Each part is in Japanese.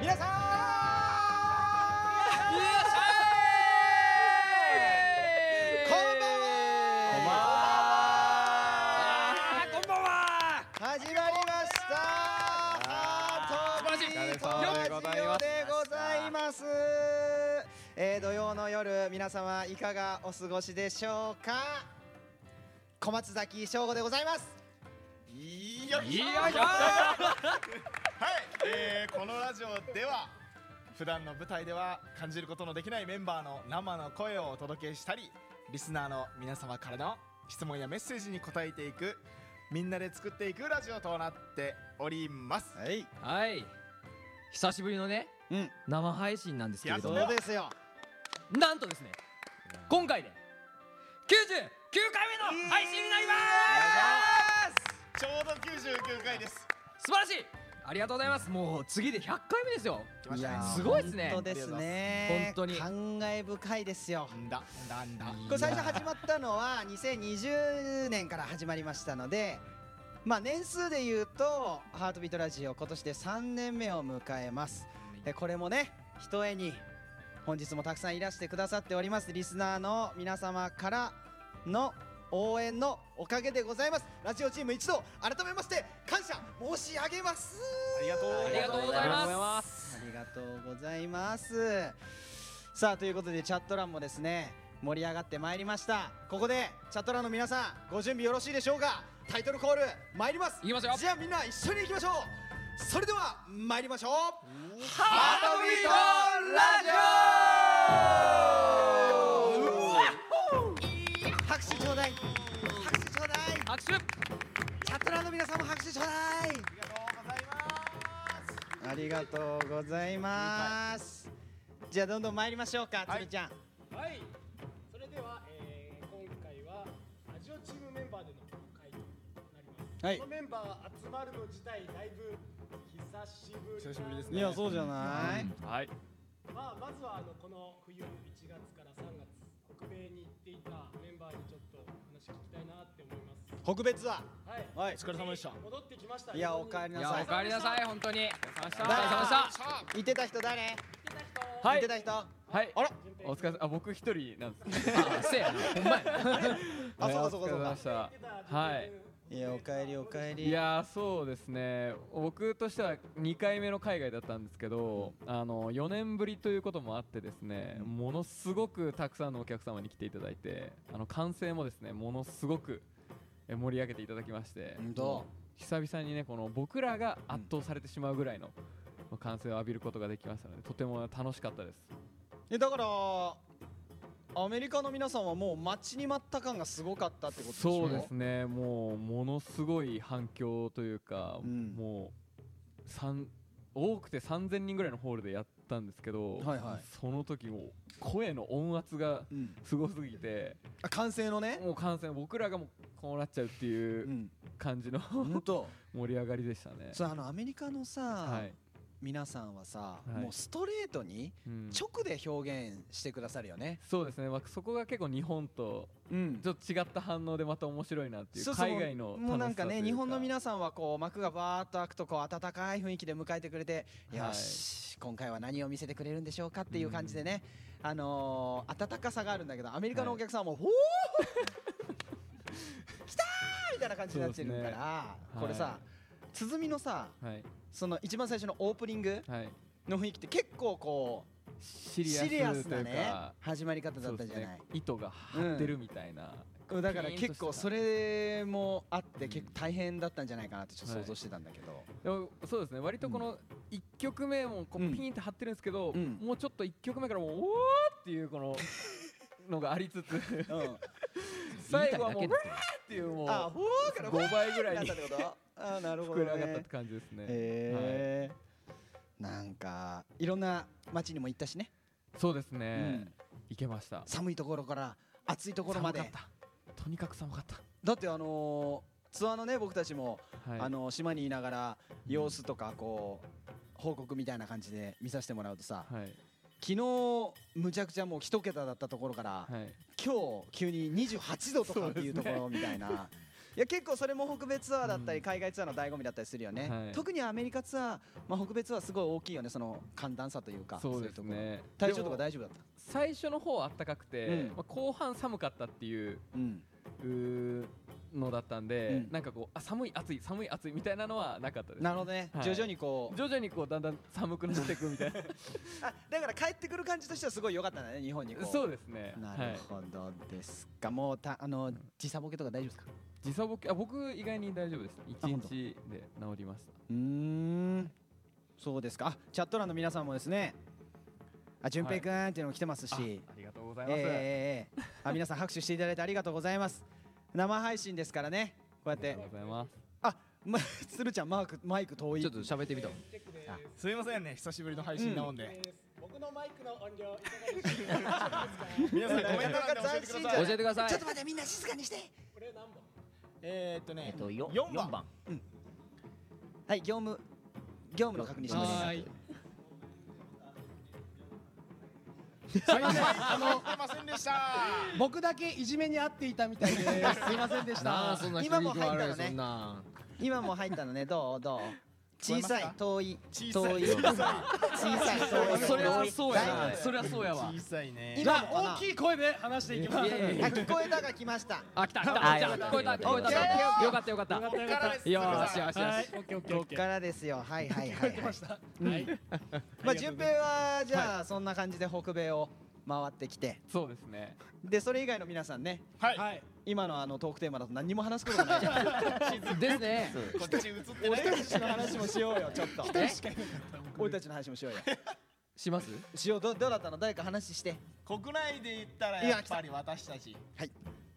皆さんこんばんは。 こんばんは。 始まりましたハートビートラジオでございます。土曜の夜、皆様いかがお過ごしでしょうか。小松崎翔吾でございます。 よいしょ。 このラジオでは普段の舞台では感じることのできないメンバーの生の声をお届けしたり、リスナーの皆様からの質問やメッセージに答えていく、みんなで作っていくラジオとなっております。 はい、 はい。久しぶりのね、生配信なんですけれども、 そうですよ。 なんとですね、今回で99回目の配信になります。 ちょうど99回です。 素晴らしい。ありがとうございます。もう次で100回目ですよ。 いやすごいですね。 本当ですね。 本当に感慨深いですよ。 これ最初始まったのは2020年から始まりましたので、年数でいうとハートビートラジオ今年で3年目を迎えます。これもね、ひとえに本日もたくさんいらしてくださっておりますリスナーの皆様からの応援のおかげでございます。ラジオチーム一同改めまして感謝申し上げます。 ありがとうございます。 ありがとうございます。さあ、ということでチャット欄もですね盛り上がってまいりました。ここでチャット欄の皆さんご準備よろしいでしょうか。タイトルコール参ります。 いきますよ。 じゃあみんな一緒に行きましょう。それでは参りましょう。 ハートビートラジオ。拍手ちょうだい。拍手ちょうだい。 拍手。 チャット欄の皆さんも拍手ちょうだい。ありがとうございます。じゃあどんどん参りましょうか、つるちゃん。 はい、それでは、今回はラジオチームメンバーでの会になります。 はい、 このメンバー集まるの自体だいぶ久しぶりですね。 いや、そうじゃない。 はい。 まずはこの冬1月から3月北米に行っていたメンバーにちょっと話聞きたいなって思います。 北別ははい、 はい、 お疲れ様でした。 戻ってきました。 いや、お帰りなさい。 お帰りなさい。本当に。お疲れ様でした。 行ってた人誰？ はい。 行ってた人？ はい。 あら、 お疲れ様。僕一人なんです。 あ、せやな。ほんまやな。 あ、そうかそうかそうか。 はい。 いや、お帰りお帰り。 いや、そうですね。僕としては2回目の海外だったんですけど、4年ぶりということもあってですね、ものすごくたくさんのお客様に来ていただいて、歓声もですね、ものすごく盛り上げていただきまして、久々にね、この僕らが圧倒されてしまうぐらいの歓声を浴びることができましたので、とても楽しかったです。 だからアメリカの皆さんはもう待ちに待った感がすごかったってことでしょ。 そうですね。もうものすごい反響というか、もう多くて3000人ぐらいのホールでやったんですけど、その時も声の音圧がすごすぎて、 歓声のね、 もう歓声、僕らがもうこうなっちゃうっていう感じの盛り上がりでしたね。 そう、アメリカのさ、皆さんはさ、もうストレートに直で表現してくださるよね。 そうですね。そこが結構日本とちょっと違った反応でまた面白いなっていう、海外の楽しさというか。 もうなんかね、日本の皆さんはこう幕がバーッと開くとこう温かい雰囲気で迎えてくれて、よし今回は何を見せてくれるんでしょうかっていう感じでね、温かさがあるんだけど、アメリカのお客さんはもうほー来たーみたいな感じになってるから、これさ、鼓のさ、その一番最初のオープニングの雰囲気って結構こうシリアスなね始まり方だったじゃない。 糸が張ってるみたいな。 だから結構それもあって結構大変だったんじゃないかなってちょっと想像してたんだけど。 そうですね。割とこの1曲目もこうピンって張ってるんですけど、もうちょっと1曲目からもうおーっていうこののがありつつ、最後はもううわーっていうもう5倍ぐらいに膨れ上がったって感じですね。 なんかいろんな街にも行ったしね。 そうですね。行けました。 寒いところから暑いところまで。 とにかく寒かった。 だってツアーのね、僕たちも島にいながら様子とかこう報告みたいな感じで見させてもらうとさ、昨日むちゃくちゃもう一桁だったところから、今日急に28度とかっていうところみたいな。 いや結構それも北米ツアーだったり海外ツアーの醍醐味だったりするよね、 はい特にアメリカツアー、北米ツアーすごい大きいよね、その寒暖差というか。 そうですいところね。 体調とかでも大丈夫だった？ 最初の方は暖かくて、 うん後半寒かったっていううんのだったんで、 うんなんかこう寒い暑い寒い暑いみたいなのはなかったです。 なるほどね、 はい徐々にこう徐々にこうだんだん寒くなっていくみたいなだから帰ってくる感じとしてはすごい良かったんだね、日本にこう。 そうですね。 なはいるほどですか、もう時差ボケとか大丈夫ですか？ 時差ボケ僕意外に大丈夫です。 あ本当 1日で治りました。 そうですか。チャット欄の皆さんもですね、淳平くんっていうのも来てますし、 ありがとうございます。 皆さん拍手していただいてありがとうございます。生配信ですからね、こうやってありがとうございます。 鶴ちゃんマイク遠い。 ちょっと喋ってみた。 すいませんね、久しぶりの配信なもんで、 僕のマイクの音量いかがですか？ 皆さんコメント欄で教えてください。 教えてください。 ちょっと待って、みんな静かにして。 これ何本？ 4番。 はい、業務の確認します。 はい。 すいません、出ませんでした。 僕だけいじめに遭っていたみたいです。すいませんでした。 なあそんな今も響き悪い入ったのねそんな。 今も入ったのね、どう小さい遠い小さい遠い小さい遠い。 そりゃそうやな。 大丈夫そりゃそうやわ。 小さいね。 じゃあ大きい声で話していきます。 聞こえたが来ました。 あ、来た来た。 はいじゃあ聞こえた聞こえた。 オッケーよかったよかった。 よかったよかった。 よしよしよし。 はい、オッケーオッケーオッケー。 こっからですよ。はいはいはいはい。 はい。 順平はじゃあそんな感じで北米を回ってきて、 そうですね。 でそれ以外の皆さんね、 はい。 はい。 今のトークテーマだと何にも話すことがないじゃん。 ですね。 こっち映って俺ね。 たちの話もしようよ、ちょっと。俺たちの話もしようよ。 します？ しよう。どうだったの？誰か話して。 国内で言ったらやっぱり私たち。 はい。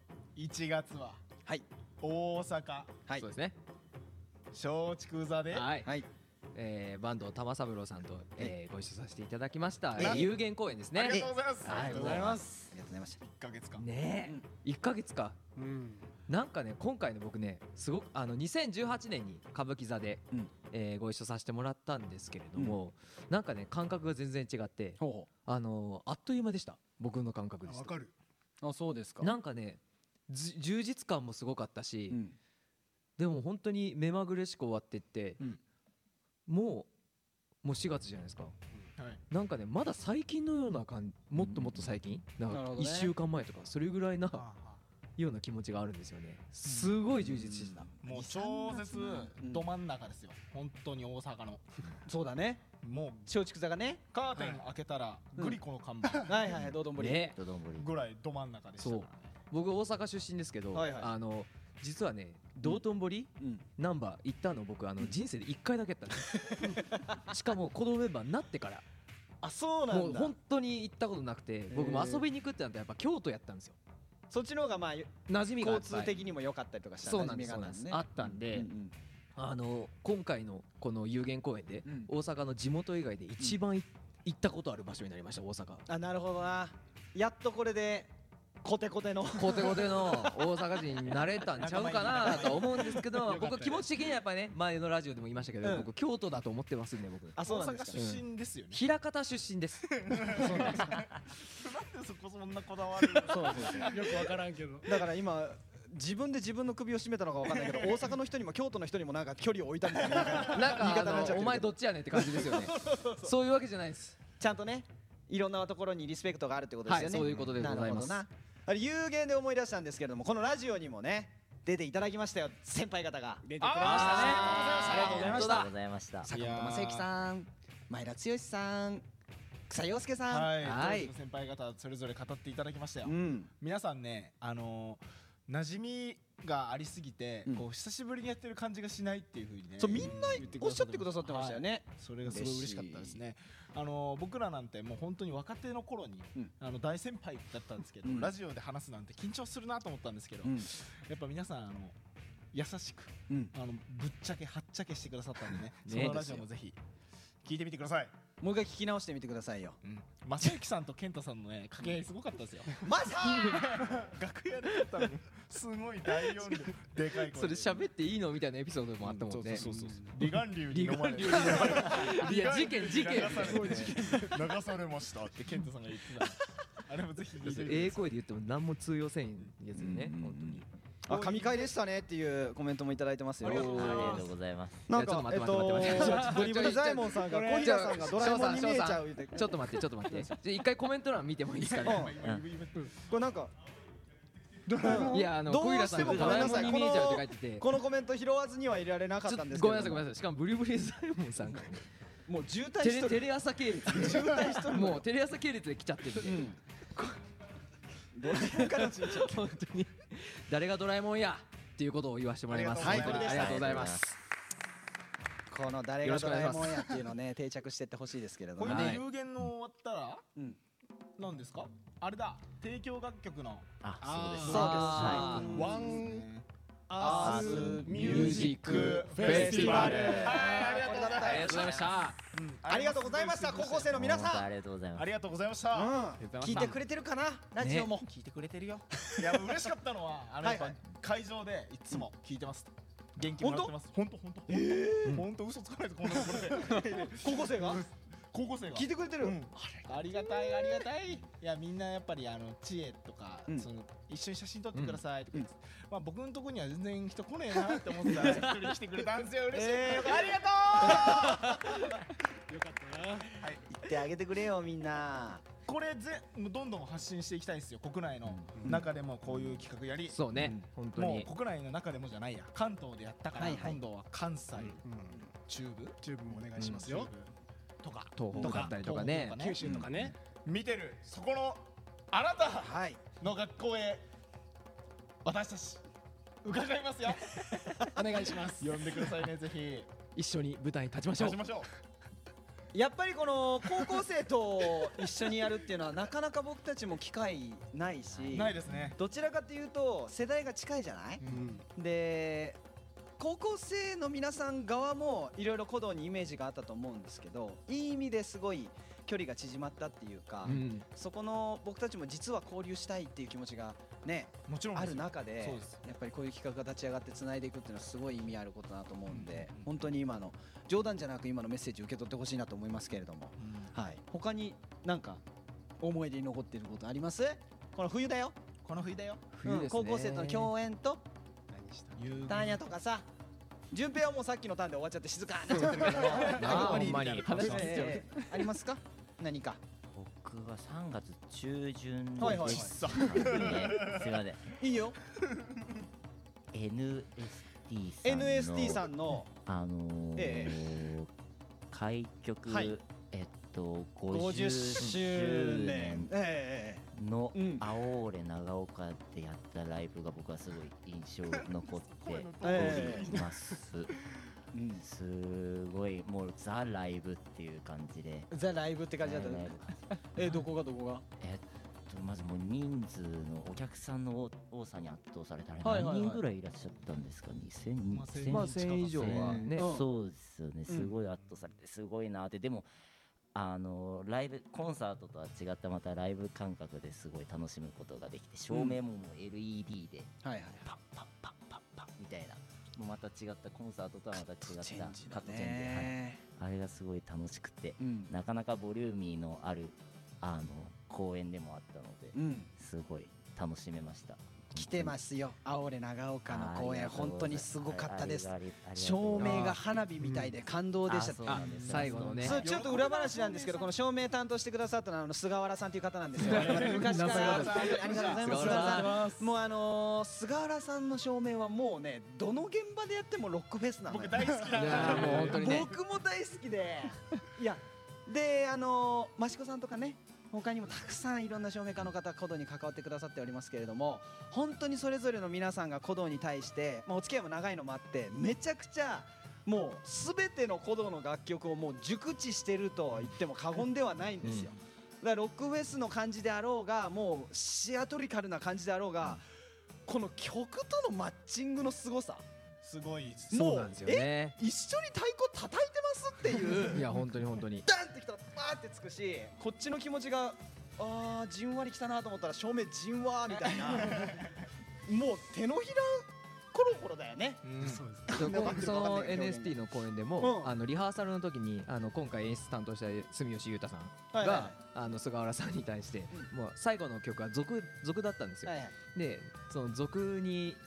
1月ははい大阪はいそうですね。 松竹座ではい。 はい。 坂東玉三郎さんとご一緒させていただきましたえ有限公演ですね。 ありがとうございます。 はいありがとうございます。ありがとうございました。 1ヶ月間。 ねえ、1ヶ月か。 うん。 なんかね今回ね僕ねすごく2018年に歌舞伎座でうんご一緒させてもらったんですけれども、なんかね感覚が全然違ってほあっという間でした僕の感覚ですと。 わかる。 う。あ、そうですか。 なんかね充実感もすごかったし、 うん。 でも本当に目まぐるしく終わってって、 うんもう4月じゃないですか。 はい。 なんかねまだ最近のようなもっともっと最近なんかなるほどね 1週間前とかそれぐらいなあような気持ちがあるんですよね。すごい充実してた。 もう超絶ど真ん中ですよ。本当に大阪の。 そうだね。 もう松竹座がね。 カーテン開けたらグリコの看板はいはい、道頓堀。 ね、 ぐらいど真ん中でしたからね。 僕大阪出身ですけど、 はいはい実はね道頓堀、 うん。 ナンバー行ったの僕人生で1回だけやったんですしかも子供メンバーになってからあ、そうなだ。 もうん本当に行ったことなくて僕も遊びに行くってなったらやっぱ京都やったんですよ。 そっちの方がまあ馴染みが交通的にも良かったりとかした。 そうなんです馴染みがそうなんですあったんで、今回のこの有限公演でうん大阪の地元以外で一番行ったことある場所になりました大阪。 あ、なるほどな。やっとこれでコテコテの。 コテコテの大阪人になれたんちゃうかなと思うんですけど僕気持ち的にはやっぱりね前のラジオでも言いましたけど、 うん僕京都だと思ってますんで僕あ、そう大阪なんですか。 出身ですよね。 枚方出身です。 なんでそこそんなこだわる。 そうそうよくわからんけど。 だから今自分で自分の首を絞めたのかわかんないけど、大阪の人にも京都の人にもなんか距離を置いたみたいななん言い方になっちゃってかるけどお前どっちやねんって感じですよね。そういうわけじゃないです。 ちゃんとね、いろんなところにリスペクトがあるってことですよね。 はいそういうことでございますなるほどな。あれ有限で思い出したんですけれども、このラジオにもね出ていただきましたよ、先輩方が。 出てくれましたね。ありがとうございました。 本当だございました。 坂本正幸さん、前田剛さん、草陽介さん。 はい。 はい当時の先輩方それぞれ語っていただきましたよう。ん。 皆さんね、馴染みがありすぎて、 うんこう久しぶりにやってる感じがしないっていう風にね。 そうみんな言おっしゃってくださってましたよはいね。 それがすごい嬉しかったですね。僕らなんてもう本当に若手の頃に、 うん大先輩だったんですけど、 うんラジオで話すなんて緊張するなと思ったんですけど、 うん。 やっぱ皆さん優しくうん。 ぶっちゃけはっちゃけしてくださったんでね、 ねそのラジオもぜひ聞いてみてください。 もう一回聞き直してみてくださいよ。 正幸さんと健太さんのね掛け合いすごかったですよ。 まさ楽屋でやったのすごい大音量でかい声それ喋っていいのみたいなエピソードもあったもんね。 そう離岸流に飲まれていや事件事件。 流されましたって健太さんが言ってた。あれもぜひ聞いてみてください。 ええ声で言っても何も通用せんやつにねうん本当に。 あ神回でしたねっていうコメントもいただいてますよ。 ありがとうございますありがとうございます。 なんいやちょっとか待って待って待ってドリブルザイモンさんが小平さんがドラえもんに見えちゃう言うてちょっと待って一回コメント欄見てもいいですかね。 これなんかいやどう小平さんがドラえもんに見えちゃうって書いてて、 このコメント拾わずには入れられなかったんですけどごめんなさいごめんなさい。しかもブリブリザイモンさんがもう渋滞しとるテレ朝系列で渋滞しとるもうテレ朝系列で来ちゃってるんで、 ドラえもんからついちゃう本当に誰がドラえもんやっていうことを言わせてもらいます。 ありがとうございますありがとうございます。 この誰がドラえもんやっていうのをね定着してってほしいですけれどもはいこれで有限の終わったらうん何ですか？あれだ、提供楽曲のあ、そうです。 そうですあーワンアースミュージックフェスティバル。はい、ありがとうございます。 ありがとうございました。 ありがとうございました高校生の皆さんありがとうございます。 ありがとうございました。 聞いてくれてるかなラジオも聞いてくれてるよ。いや、嬉しかったのはやっぱ会場でいつも聞いてます。元気もらってます。本当本当嘘つかないとこんなところで。 高校生が高校生が聞いてくれてるありがたいありがたい。いやみんなやっぱり知恵とかその一緒に写真撮ってくださいとか言って、まあ僕のとこには全然人来ねえなって思ってたら一人来てくれたんですよ。嬉しい。ありがとう。 よかったな。 言ってあげてくれよみんなこれどんどん発信していきたいんですよ。国内の中でもこういう企画やり、 そうね、本当もにう国内の中でもじゃないや、関東でやったからはいはい今度は関西、中部チューブもお願いしますよ。 とか東北だったりとかね。 九州とかね。 見てるそこのあなたはいの学校へ私たち伺いますよ。 お願いします。 呼んでくださいね、ぜひ。 一緒に舞台に立ちましょう立ち。ましょやっぱりこの高校生と一緒にやるっていうのはなかなか僕たちも機会ないしう。ないですね。 どちらかというと世代が近いじゃないで高校生の皆さん側もいろいろ鼓動にイメージがあったと思うんですけどいい意味ですごい距離が縮まったっていうか、 うんそこの僕たちも実は交流したいっていう気持ちがねあもちろんですよ。 る中でそうです。 やっぱりこういう企画が立ち上がってつないでいくっていうのはすごい意味あることだなと思うんで本当に今の冗談じゃなく今のメッセージ受け取ってほしいなと思いますけれども、はい、他になんか思い出に残っていることあります？この冬だよ、 この冬だよ。 冬ですね高校生との共演と何した？ ターニャとかさ順平はもうさっきのターンで終わっちゃって静かになっちゃってるけどなあほんまに話しありますか何か？ 僕は3月中旬はいはいはいでしたね。すいません。 いいよ NST さんの NST さんのえ開局、 はい 50 50周年のうん青俺長岡でやったライブが僕はすごい印象に残ってえおります。 うんすごいもうザ・ライブっていう感じで、 ザ・ライブって感じだったねどこがまずもう人数のお客さんの多さに圧倒されたらはいはいはい何人ぐらいいらっしゃったんですかね。2000 まあ1000以上はね。 うんそうですよね。すごい圧倒されてすごいなって。でもライブコンサートとは違ったまたライブ感覚ですごい楽しむことができて、照明ももう LED ではいはいパッパッパッパッパッみたいな、もうまた違ったコンサートとはまた違ったカットチェンジ、はい、あれがすごい楽しくて、 うんなかなかボリューミーのある公演でもあったので、 うんすごい楽しめました。 来てますよ青俺長岡の公演本当にすごかったですありがとうございます。 照明が花火みたいで感動でしたそうなんです最後のねそうちょっと裏話なんですけどこの照明担当してくださったのは菅原さんという方なんですよ昔からありがとうございます菅原さんもう菅原さんの照明はもうねどの現場でやってもロックフェスなのよ僕大好きいやーもう本当にね。 僕も大好きでいやで益子さんとかね他にもたくさんいろんな照明家の方鼓動に関わってくださっておりますけれども本当にそれぞれの皆さんが鼓動に対して、お付き合いも長いのもあってめちゃくちゃもう全ての鼓動の楽曲をもう熟知してると言っても過言ではないんですよ、だからロックフェスの感じであろうがもうシアトリカルな感じであろうが、この曲とのマッチングの凄さすごいそうなんですよね。 一緒に太鼓叩いてますっていういや本当に本当に。 ダンってきたらバーってつくしこっちの気持ちがじんわりきたなと思ったら正面じんわーみたいなもう手のひらコロコロだよね。 そうです。 その NST の公演でも、 うリハーサルの時に今回演出担当した住吉裕太さんはいはいが、菅原さんに対して、もう最後の曲は続だったんですよ。 はいはいでその続に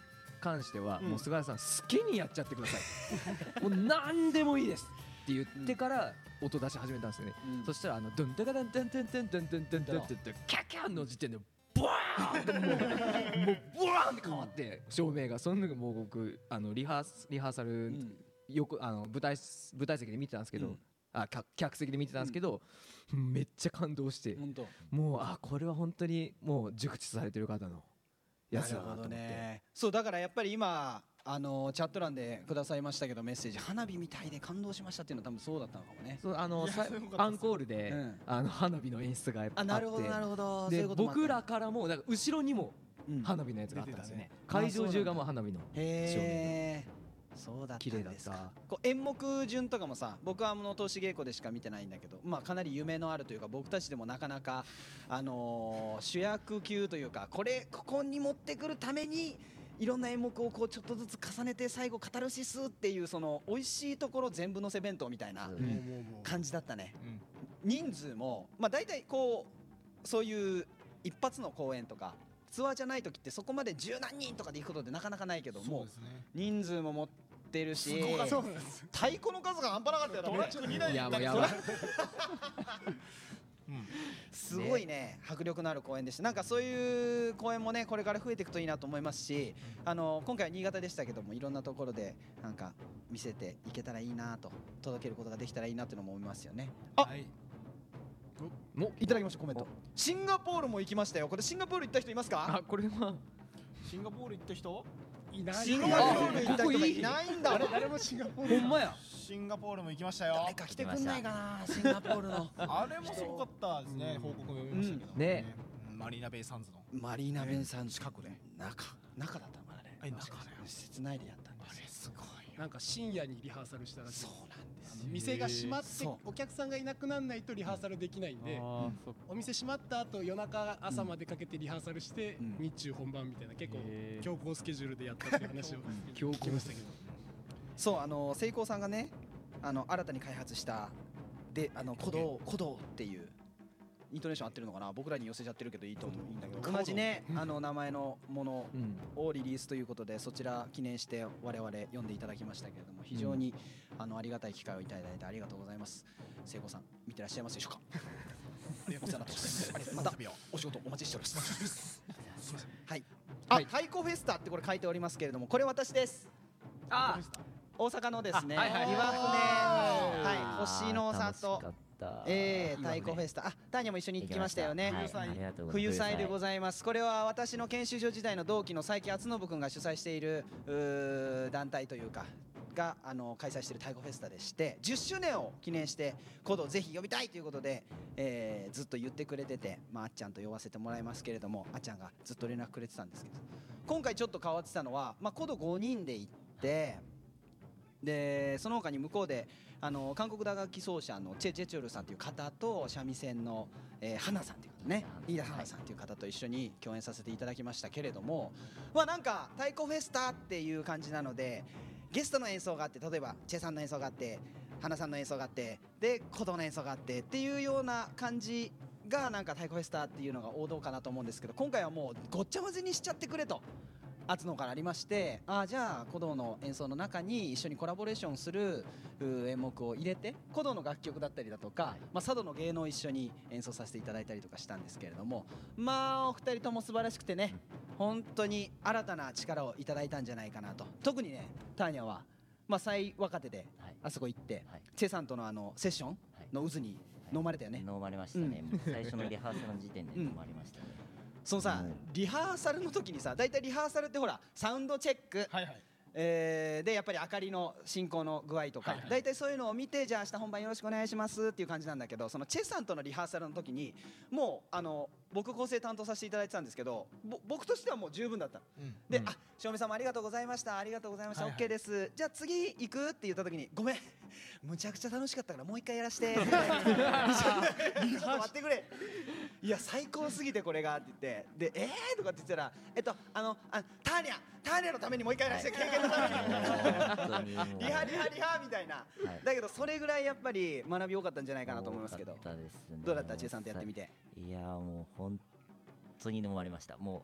関してはもう菅原さん好きにやっちゃってくださいもう何でもいいですって言ってから音出し始めたんですよね、そしたらドンタカダンタンタンタンタンタンタンタンってキャッキャンの時点でブワーンってもうブワーンって変わって照明がその時もう僕リハーサルよく舞台席で見てたんですけど、客席で見てたんですけど、めっちゃ感動して、もうこれは本当にもう熟知されてる方のやつだなと思って。 そうだからやっぱり今チャット欄でくださいましたけどメッセージ花火みたいで感動しましたっていうのは多分そうだったのかもね。 そうアンコールで花火の演出があって、 なるほどなるほど。 で僕らからもなんか後ろにも花火のやつがあったんですよね。会場中がもう花火の照明。そうだったんですか。こう演目順とかもさ、僕は通し稽古でしか見てないんだけど、まあかなり夢のあるというか、僕たちでもなかなか主役級というか、ここに持ってくるためにいろんな演目をこうちょっとずつ重ねて最後カタルシスっていうその美味しいところ全部のせ弁当みたいな感じだったね。人数もまあ大体こうそういう一発の公演とかツアーじゃない時ってそこまで十何人とかで行くことってなかなかないけども、人数も持ってるし、太鼓の数が半端なかったよ。トラック2台で行ったんですよ。すごいね迫力のある公演でした。なんかそういう公演もねこれから増えていくといいなと思いますし、今回は新潟でしたけどもいろんなところでなんか見せていけたらいいなと、届けることができたらいいなというのも思いますよね。いただきましたコメント。シンガポールも行きましたよ。これシンガポール行った人いますか？ これはシンガポール行った人いない。 シンガポール行った人がいないんだ。 誰もシンガポール。 ほんまや。 シンガポールも行きましたよ。 誰か来てくんないかなシンガポールの。 あれもすごかったですね。報告も読みましたけどね。 マリーナベイサンズのマリーナベイサンズ近くで中だったのかなね。 中だよ。 施設内でやったんです。 あれすごい。 なんか深夜にリハーサルしたらしい。 そうなんです。 店が閉まってお客さんがいなくならないとリハーサルできないんで、お店閉まった後夜中朝までかけてリハーサルして日中本番みたいな結構強行スケジュールでやったっていう話を聞きましたけど。 そうセイコーさんがね新たに開発したで鼓動っていうイントネーション合ってるのかな、僕らに寄せちゃってるけどいいんだけど、同じね名前のものをリリースということでそちら記念して我々読んでいただきましたけれども、非常にありがたい機会をいただいてありがとうございます。聖子さん見てらっしゃいますでしょうか？お世話になってます。またお仕事お待ちしております。はい。太鼓フェスタってこれ書いておりますけれども、これ私です。大阪のですね岩船星の里太鼓フェスタ、ターニャも一緒に行きましたよね。冬祭でございます。これは私の研修所時代の同期の佐伯敦信君が主催している団体というかが開催している太鼓フェスタでして、10周年を記念して鼓動ぜひ呼びたいということで、ずっと言ってくれてて、あっちゃんと呼ばせてもらいますけれども、あっちゃんがずっと連絡くれてたんですけど、今回ちょっと変わってたのは鼓動5人で行って、でその他に向こうで韓国打楽器奏者のチェチョルさんという方と三味線の花さんという方ね、飯田花さんという方と一緒に共演させていただきましたけれども、なんか太鼓フェスタっていう感じなのでゲストの演奏があって、例えばチェさんの演奏があって花さんの演奏があってで鼓動の演奏があってっていうような感じがなんか太鼓フェスタっていうのが王道かなと思うんですけど、今回はもうごっちゃ混ぜにしちゃってくれと厚野からありまして、じゃあ鼓動の演奏の中に一緒にコラボレーションする演目を入れて鼓動の楽曲だったりだとか、佐渡の芸能を一緒に演奏させていただいたりとかしたんですけれども、お二人とも素晴らしくてね、本当に新たな力をいただいたんじゃないかなと。特にねターニャは最若手であそこ行ってチェさんとのセッションの渦に飲まれたよね。 飲まれましたね。最初のリハーサルの時点で飲まれましたね。 そのさ、リハーサルの時にさ、だいたいリハーサルってほらサウンドチェック、でやっぱり明かりの進行の具合とか、だいたいそういうのを見て、じゃあ明日本番よろしくお願いしますっていう感じなんだけど、そのチェさんとのリハーサルの時にもう僕構成担当させていただいてたんですけど、僕としてはもう十分だったで、照明さんもありがとうございました、ありがとうございました、OK です、じゃあ次行くって言った時に、ごめんむちゃくちゃ楽しかったからもう一回やらしてちょっと待ってくれ、いや最高すぎてこれがって言って、でとかって言ったらターニャのためにもう一回やらせて、経験のためにリハみたいな、だけどそれぐらいやっぱり学び多かったんじゃないかなと思いますけど、どうだった千恵さんとやってみて。 いやもう本当に飲まれました。もう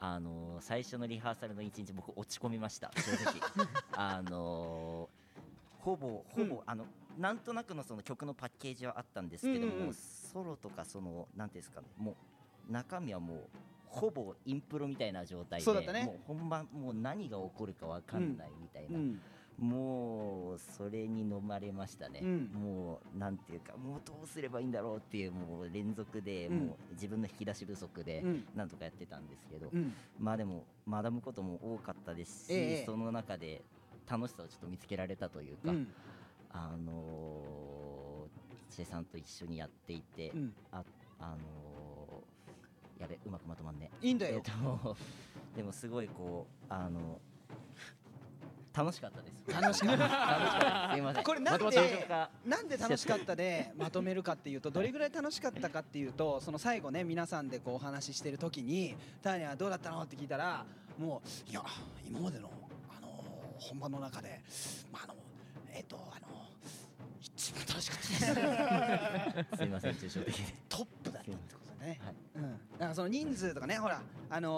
最初のリハーサルの1日僕落ち込みました正直ほぼなんとなくのその曲のパッケージはあったんですけども、ソロとかそのなんていうんですかね、もう中身はもうほぼインプロみたいな状態で、もう本番もう何が起こるか分かんないみたいな、もうそれに飲まれましたね、もうなんていうか、もうどうすればいいんだろうっていう、もう連続で、もう自分の引き出し不足でなんとかやってたんですけど、まあでも学ぶことも多かったですし、その中で楽しさをちょっと見つけられたというか、チェさんと一緒にやっていて、やべ、うまくまとまんね。 いいんだよ。 でもすごいこう楽しかったです。 楽しかった。 すいません。 これなんで楽しかったでまとめるかっていうと、どれぐらい楽しかったかっていうと、その最後ね、皆さんでこうお話ししてる時にターニャはどうだったのって聞いたら、もういや今までの本番の中で一番楽しかったです。 すいません、抽象的で。 トップだったってことね。だからその人数とかね、ほら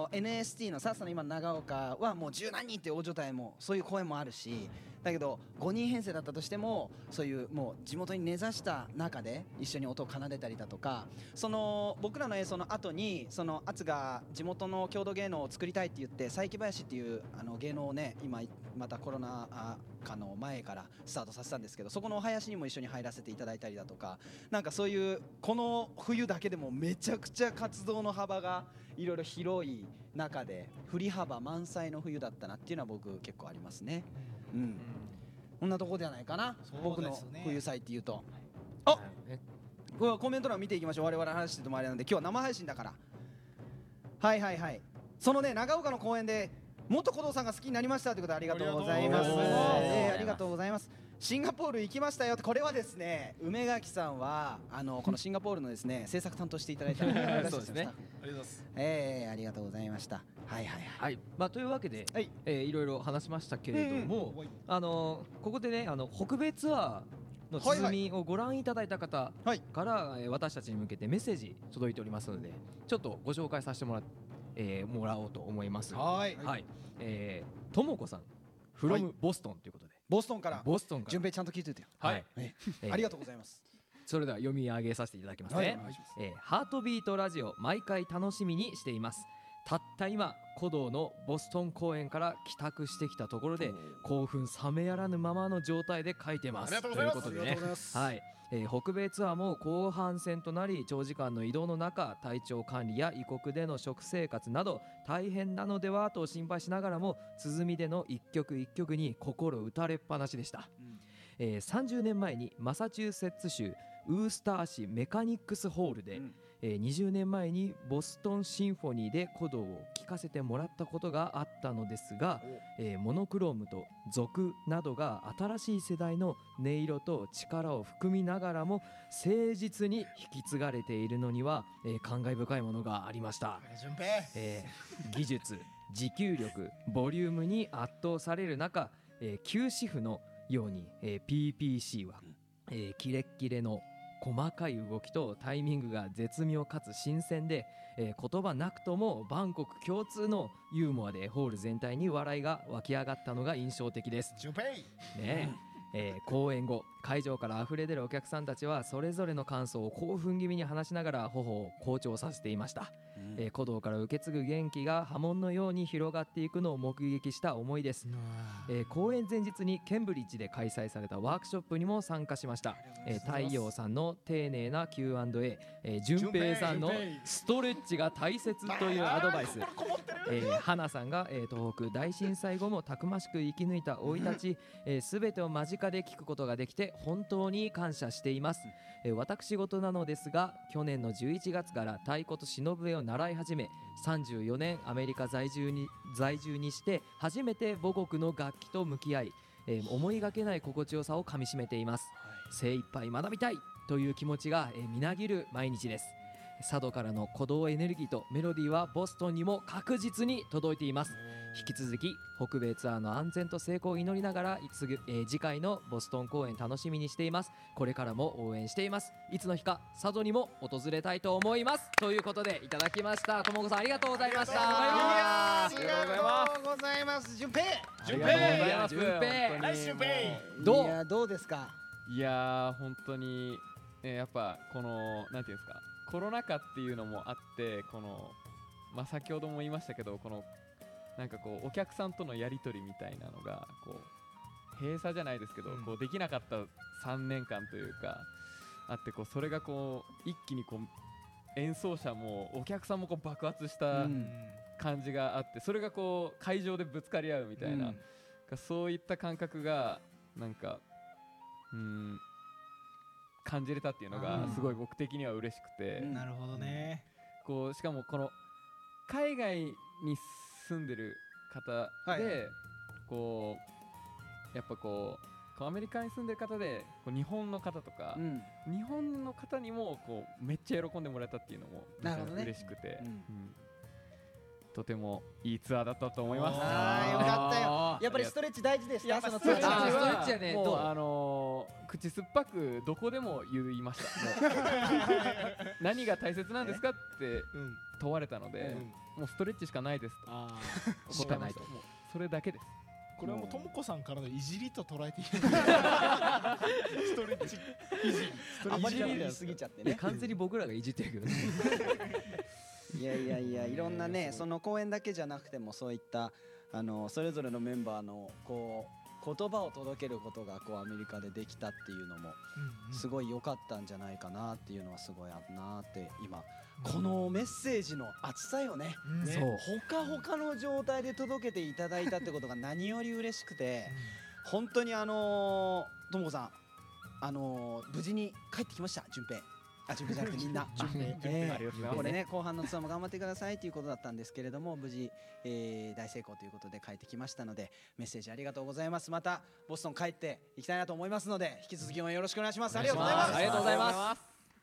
NST のさ、その今の長岡はもう10何人っていう大所帯もそういう声もあるし、だけど5人編成だったとしても、そういうもう地元に根ざした中で一緒に音を奏でたりだとか、その僕らの演奏の後にそのアツが地元の郷土芸能を作りたいって言って佐伯林っていう芸能をね、今またコロナ禍の前からスタートさせたんですけど、そこのお囃子にも一緒に入らせていただいたりだとか、なんかそういうこの冬だけでもめちゃくちゃ活動の幅がいろいろ広い中で振り幅満載の冬だったなっていうのは僕結構ありますね。こんなとこではないかな、僕の冬祭っていうと。あ、これはコメント欄見ていきましょう。我々話しててもあれなんで、今日は生配信だから。はいはいはい。そのね、長岡の公園で元鼓動さんが好きになりましたということでありがとうございます。ありがとうございます。シンガポール行きましたよって、これはですね、梅垣さんはこのシンガポールのですね制作担当していただいたそうですね。ありがとうございます。 ありがとうございました。はいはいはい。 まあというわけで、いろいろ話しましたけれども、ここでね北米ツアーの綴りをご覧いただいた方から、私たちに向けてメッセージ届いておりますので、ちょっとご紹介させてもらおうと思います。はい。ともこさん from ボストンということで。 ボストンから順平ちゃんと聞いててよ。 はい、 ありがとうございます。 それでは読み上げさせていただきますね。ハートビートラジオ毎回楽しみにしています。たった今鼓動のボストン公演から帰宅してきたところで、興奮冷めやらぬままの状態で書いてます。ということでね、はい、北米ツアーも後半戦となり、長時間の移動の中、体調管理や異国での食生活など大変なのではと心配しながらも、鼓での一曲一曲に心打たれっぱなしでした。30年前にマサチューセッツ州ウースター市メカニックスホールで、20年前にボストンシンフォニーで鼓動を聴かせてもらったことがあったのですが、モノクロームと族などが新しい世代の音色と力を含みながらも誠実に引き継がれているのには、感慨深いものがありました。技術、持久力、ボリュームに圧倒される中、旧紙符のように、PPC は、キレッキレの細かい動きとタイミングが絶妙かつ新鮮で、言葉なくともバンコク共通のユーモアでホール全体に笑いが湧き上がったのが印象的です。公演後、会場から溢れ出るお客さんたちはそれぞれの感想を興奮気味に話しながら頬を好調させていました。鼓動から受け継ぐ元気が波紋のように広がっていくのを目撃した思いです。公演前日にケンブリッジで開催されたワークショップにも参加しました。太陽さんの丁寧な Q&A、順平さんのストレッチが大切というアドバイス、花さんが、東北大震災後もたくましく生き抜いた生い立ち、全てを間近で聞くことができて本当に感謝しています。私事なのですが、去年の11月から太鼓と忍笛を習い始め、34年アメリカ在住にして初めて母国の楽器と向き合い、思いがけない心地よさをかみしめています。精一杯学びたいという気持ちがみなぎる毎日です。 佐渡からの鼓動エネルギーとメロディーはボストンにも確実に届いています。引き続き北米ツアーの安全と成功を祈りながら次回のボストン公演楽しみにしています。これからも応援しています。いつの日か佐渡にも訪れたいと思います。ということでいただきました。ともこさんありがとうございました。 ありがとうございます。順平順平どうですか。 いやー本当に、やっぱこのなんていうんですか、コロナ禍っていうのもあってこの先ほども言いましたけどこのなんかこうお客さんとのやり取りみたいなのがこう閉鎖じゃないですけど、こうできなかった3年間というかあって、こうそれがこう一気にこう演奏者もお客さんもこう爆発した感じがあって、それがこう会場でぶつかり合うみたいな、そういった感覚がなんか感じれたっていうのがすごい僕的には嬉しくて、 なるほどね。 こうしかもこの海外に住んでる方で、こうやっぱこうアメリカに住んでる方でこう日本の方とか、日本の方にもこうめっちゃ喜んでもらえたっていうのも嬉しくて、とてもいいツアーだったと思います。 よかったよ。やっぱりストレッチ大事でした。そのツアーストレッチはね、 もう口酸っぱくどこでも言いました。何が大切なんですかって問われたので、もうストレッチしかないですと答えました。もうそれだけです。 これはもうともこさんからのいじりと捉えていい。ストレッチいじり。 あまり言い過ぎちゃってね。 完全に僕らがいじってるけどね。 いやいろんなね、その公演だけじゃなくてもそういったそれぞれのメンバーのこう言葉を届けることがこうアメリカでできたっていうのもすごい良かったんじゃないかなっていうのはすごいあるなって今このメッセージの厚さよね。ほかほかの状態で届けていただいたってことが何より嬉しくて、本当にともこさん無事に帰ってきました。順平じゃなくてみんなこれね後半のツアーも頑張ってくださいということだったんですけれども、無事、大成功ということで帰ってきましたので、メッセージありがとうございます。またボストン帰っていきたいなと思いますので、引き続き応援よろしくお願いします。ありがとうございます。 ありがとうございます。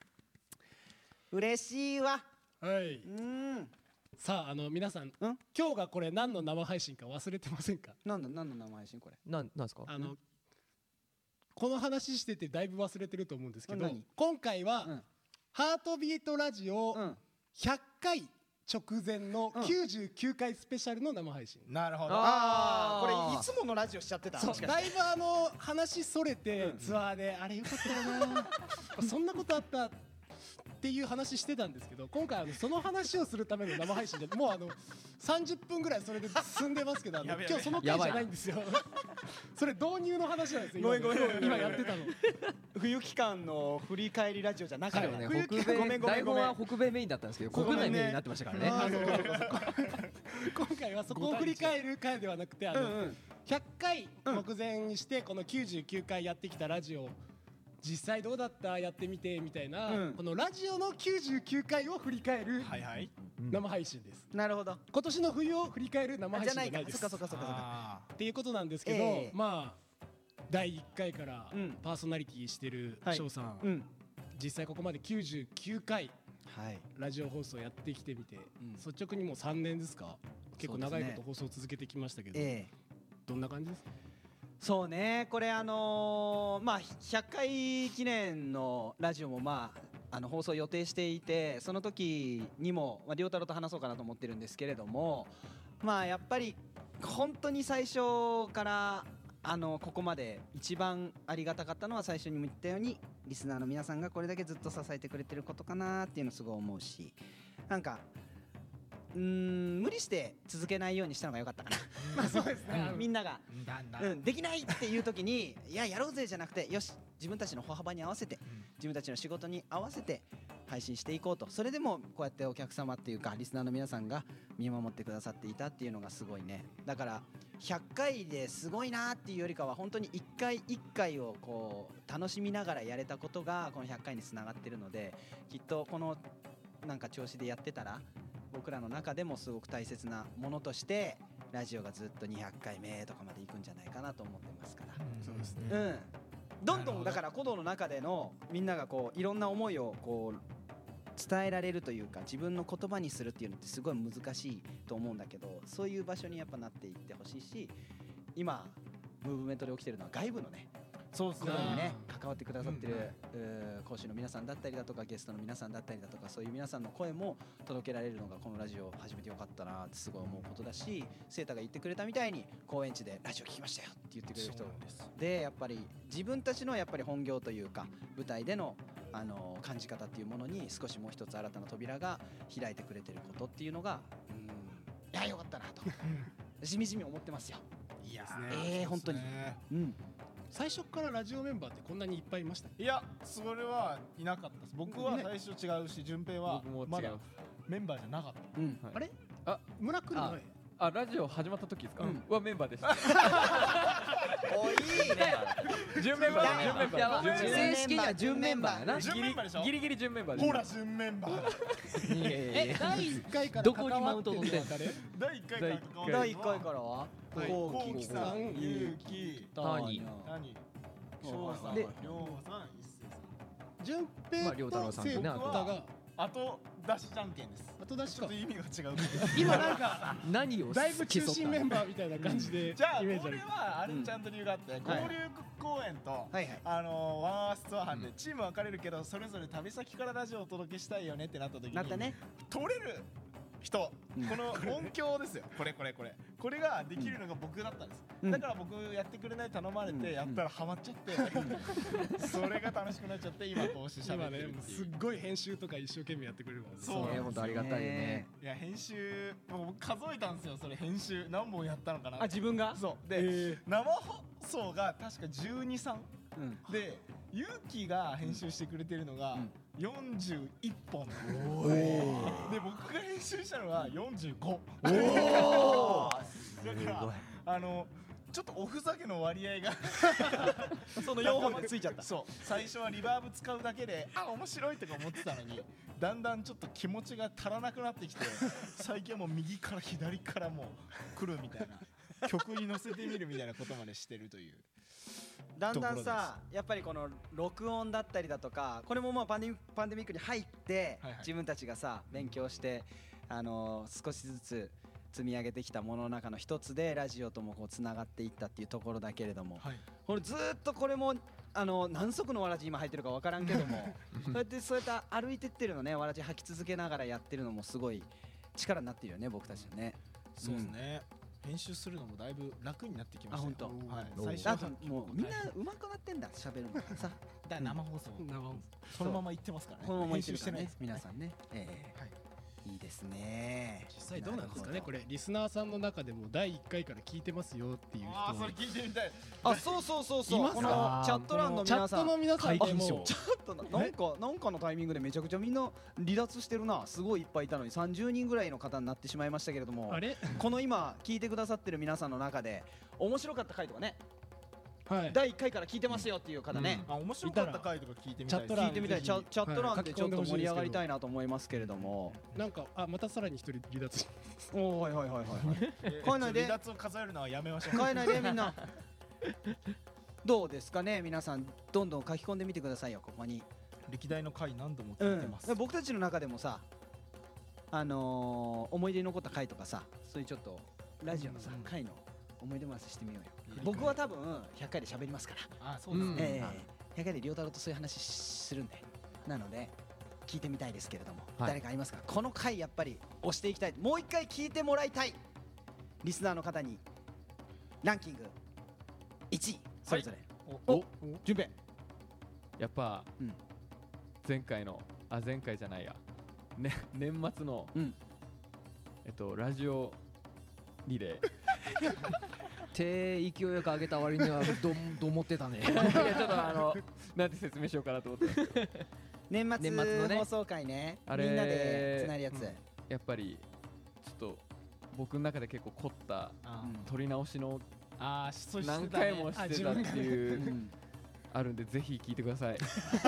嬉しいわ。 はい。さあ皆さん、今日がこれ何の生配信か忘れてませんか。 何の生配信これ。 なんですか。 この話しててだいぶ忘れてると思うんですけど、今回はハートビートラジオ100回直前の99回スペシャルの生配信。 なるほど。 これいつものラジオしちゃってた。 だいぶ話それてツアーであれよかったよなそんなことあったっていう話してたんですけど、今回その話をするための生配信でもう30分ぐらいそれで進んでますけど、今日その回じゃないんですよそれ導入の話なんですよ。今やってたの冬期間の振り返りラジオじゃなくてね、 台本は北米メインだったんですけど国内メインになってましたからね。 今回はそこを振り返る回ではなくて100回目前にしてこの99回やってきたラジオ実際どうだったやってみてみたいな、このラジオの99回を振り返る生配信です。 なるほど。 今年の冬を振り返る生配信じゃないです。 そっかっていうことなんですけど、まあ第1回からパーソナリティしてる翔さん、実際ここまで99回ラジオ放送やってきてみて、率直にもう3年ですか。結構長いこと放送続けてきましたけど、どんな感じですか。 そうね、これ100回記念のラジオも放送予定していて、その時にも亮太郎と話そうかなと思ってるんですけれども、やっぱり本当に最初からここまで一番ありがたかったのは最初にも言ったようにリスナーの皆さんがこれだけずっと支えてくれてることかなっていうのすごい思うし、なんか無理して続けないようにしたのが良かったかなそうですね。 みんなができないっていう時にやろうぜじゃなくて、よし自分たちの歩幅に合わせて自分たちの仕事に合わせて配信していこうと。それでもこうやってお客様っていうかリスナーの皆さんが見守ってくださっていたっていうのがすごいね。だから100回ですごいなっていうよりかは本当に1回1回をこう楽しみながらやれたことがこの100回につながってるので、きっとこのなんか調子でやってたら僕らの中でもすごく大切なものとしてラジオがずっと200回目とかまでいくんじゃないかなと思ってますから。 そうですね。 どんどんだから鼓動の中でのみんながこういろんな思いをこう伝えられるというか自分の言葉にするっていうのってすごい難しいと思うんだけど、そういう場所にやっぱなっていってほしいし、今ムーブメントで起きてるのは外部のねそうですねことにね関わってくださってる講師の皆さんだったりだとかゲストの皆さんだったりだとか、そういう皆さんの声も届けられるのがこのラジオを始めてよかったなってすごい思うことだし、セータが言ってくれたみたいに公演地でラジオ聞きましたよって言ってくれる人で、やっぱり自分たちのやっぱり本業というか舞台での感じ方っていうものに少しもう一つ新たな扉が開いてくれてることっていうのが、いやよかったなとしみじみ思ってますよ。 いや本当に。 最初からラジオメンバーってこんなにいっぱいいました？ いやそれはいなかったです。僕は最初違うし、順平はまだメンバーじゃなかった。 あれ？村来る前。 ラジオ始まった時ですか？はメンバーでした。 おいいね。 準メンバー。 正式には準メンバーやな。 準メンバーでしょ。 ギリギリ準メンバーです。 ほら準メンバー。 第1回からどこにマウント取ってんの？ 第1回から関わる。 第1回からはこうきさん、ゆうき、 谷、 翔さん、 でりょうさん、一斉さん。 順平とセータが後出しじゃんけんです。 後出しか。 ちょっと意味が違う。 今なんか何をだいぶ中心メンバーみたいな感じでじゃあこれイメージある。 はあれちゃんと理由があって、合流公演とワンアースツアー班でチーム分かれるけど、それぞれ旅先からラジオをお届けしたいよねってなった時になったね。 取れる人、この音響ですよ。これができるのが僕だったんです。だから僕やってくれない頼まれてやったらハマっちゃって、それが楽しくなっちゃって今こうして喋ってるっていう。 すっごい編集とか一生懸命やってくれるもんね。 そう本当ありがたいよね。 いや編集もう数えたんですよ。それ編集何本やったのかな。 自分がそうで、生放送が確か12、3で、ゆうきが編集してくれてるのが41本で、僕が編集したのは45。だからちょっとおふざけの割合がその4本でついちゃった。 そう、最初はリバーブ使うだけで面白いとか思ってたのに、だんだんちょっと気持ちが足らなくなってきて、最近はもう右から左からもう来るみたいな、曲に乗せてみるみたいなことまでしてるという。 だんだんさ、やっぱりこの録音だったりだとか、これもまあパンデミックに入って自分たちがさ勉強して少しずつ積み上げてきたものの中の一つでラジオともこうつながっていったっていうところだけれども、これずっとこれも何足のわらじ今履いてるか分からんけどもそうやって歩いてってるのね、わらじ履き続けながらやってるのもすごい力になってるよね、僕たちはね。 そうですね。編集するのもだいぶ楽になってきましたよ。 本当。 はい。最初はもうみんな上手くなってんだ、喋るのがさ。 生放送そのまま言ってますからね。 このまま言ってるからね、皆さんね。いいですね。 実際どうなんですかね、これリスナーさんの中でも第1回から聞いてますよっていう人は。 それ聞いてみたい。 そうこのチャット欄の皆さん、 チャットの皆さんでもちょっとなんかのタイミングでめちゃくちゃみんな離脱してるな。すごいいっぱいいたのに30人ぐらいの方になってしまいましたけれども、この今聞いてくださってる皆さんの中で面白かった回とかね、第1回から聞いてますよっていう方ね、 面白かった回とか聞いてみたい。 チャット欄でちょっと盛り上がりたいなと思いますけれども、 なんかまたさらに一人離脱。 おーはい帰んないで。 離脱を数えるのはやめましょう。 帰んないでみんな。どうですかね、皆さんどんどん書き込んでみてくださいよ、ここに。 歴代の回何度も聞いてます。 僕たちの中でもさ、思い出に残った回とかさ、そういうちょっとラジオのさ回の思い出話してみようよ。僕は多分100回で喋りますから。 そうですね。 100回で亮太郎とそういう話するんで、なので聞いてみたいですけれども、誰かありますか？この回やっぱり押していきたい、もう一回聞いてもらいたいリスナーの方にランキング1位それぞれ。順平。 やっぱ前回じゃないや、年末のラジオリレー手勢いよく上げた割にはどう思ってたね。 いやちょっとなんて説明しようかなと思って年末放送回ね、みんなでつなるやつ。 やっぱりちょっと僕の中で結構凝った撮り直しの何回もしてたっていうあるんで、ぜひ聞いてください。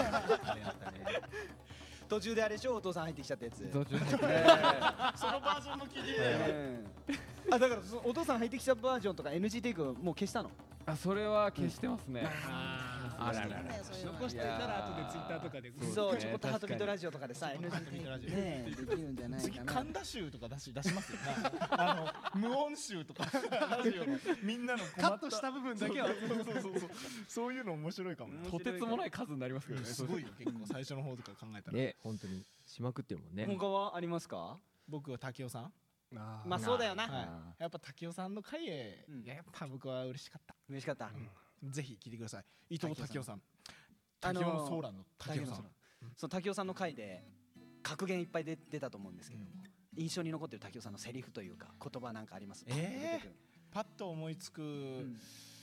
途中であれでしょ、お父さん入ってきちゃったやつ。 途中でそのバージョンも聞いてみたい。 だからお父さん入ってきたバージョンとか NG テイクもう消したの？ それは消してますね。 残してるんだよそういうの残しておいたら後でツイッターとかでそうちょこっとハートビートラジオとかでさ NG ねできるんじゃない次かな。 神田集とか出しますよね。無音集とかラジオのみんなのカットした部分だけはそういうの面白いかもね。 とてつもない数になりますけどね。 すごいよ結構最初の方とか考えたら。 ね本当にしまくってるもんね。 他はありますか？ 僕は竹雄さん。 まあそうだよな。 やっぱ竹雄さんの回へやっぱ僕は嬉しかった。 嬉しかった。 ぜひ聞いてください。伊藤竹雄さん。竹雄のソーランの竹雄さん。 その竹雄さんの回で格言いっぱい出たと思うんですけども、印象に残ってる竹雄さんのセリフというか言葉なんかあります？ パッと思いつくの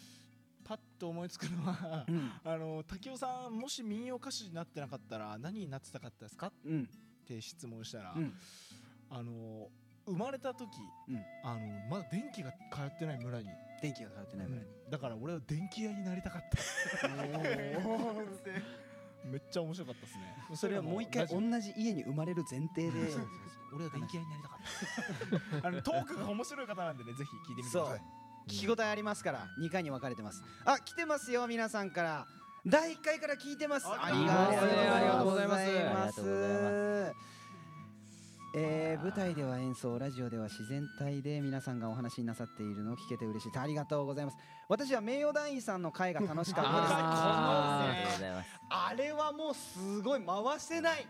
は竹雄さんもし民謡歌手になってなかったら何になってたかったですかって質問したら生まれた時まだ電気が通ってない村にだから俺は電気屋になりたかっためっちゃ面白かったですね。 それはもう一回同じ家に生まれる前提で俺は電気屋になりたかったトークが面白い方なんでねぜひ聞いてみてください。 聞き応えありますから2回に分かれてます。あ、来てますよ皆さんから。第1回から聞いてます。ありがとうございます。舞台では演奏、ラジオでは自然体で皆さんがお話しなさっているのを聞けて嬉しい。ありがとうございます。私は名誉団員さんの会が楽しかったです。あれはもうすごい回せない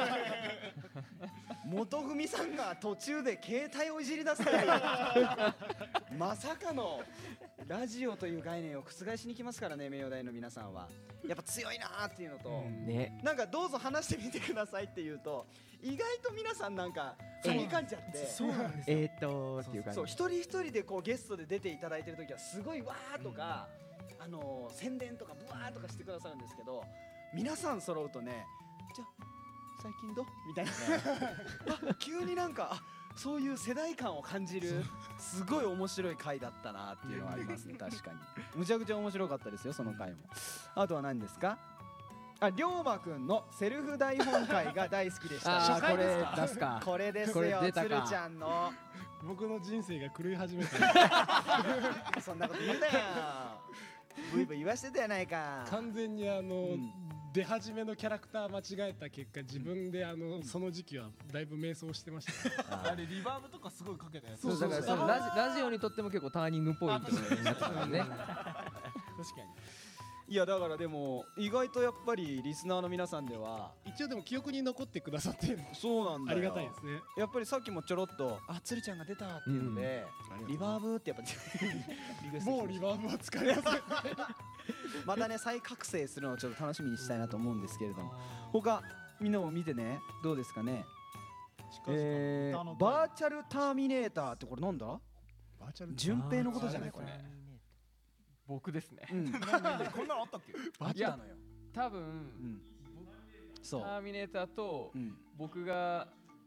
本文さんが途中で携帯をいじり出すまさかのラジオという概念を覆しに来ますからね。名誉団員の皆さんはやっぱ強いなーっていうのと、なんかどうぞ話してみてくださいっていうと意外と皆さんなんか噛み噛んじゃって、 そうなんですよ。っていう感じ。 そう一人一人でこうゲストで出ていただいてる時はすごいわーとか宣伝とかブワーとかしてくださるんですけど、皆さん揃うとね、じゃあ最近どうみたいな急になんかそういう世代間を感じるすごい面白い回だったなっていうのはありますね。確かにむちゃくちゃ面白かったですよその回も。あとは何ですか？龍馬くんのセルフ台本会が大好きでした。 これ出すか。 これですよ、つるちゃんの僕の人生が狂い始めたそんなこと言ったよブイブイ言わしてたやないか。 完全に出始めのキャラクター間違えた結果自分でその時期はだいぶ迷走してましたあれリバーブとかすごいかけたやつ。 そうだからそのラジオにとっても結構ターニングポイントになってたからね。 確かに。 いやだからでも意外とやっぱりリスナーの皆さんでは一応でも記憶に残ってくださってる。 そうなんだよ。 ありがたいですね。 やっぱりさっきもちょろっとつるちゃんが出たっていうのでリバーブってやっぱもうリバーブは使えませんまたね再覚醒するのをちょっと楽しみにしたいなと思うんですけれども、他みんなも見てねどうですかね。バーチャルターミネーターってこれなんだ？順平のことじゃないこれ。 僕ですね。 こんなのあったっけ？ あったのよ。 多分ターミネーターと僕が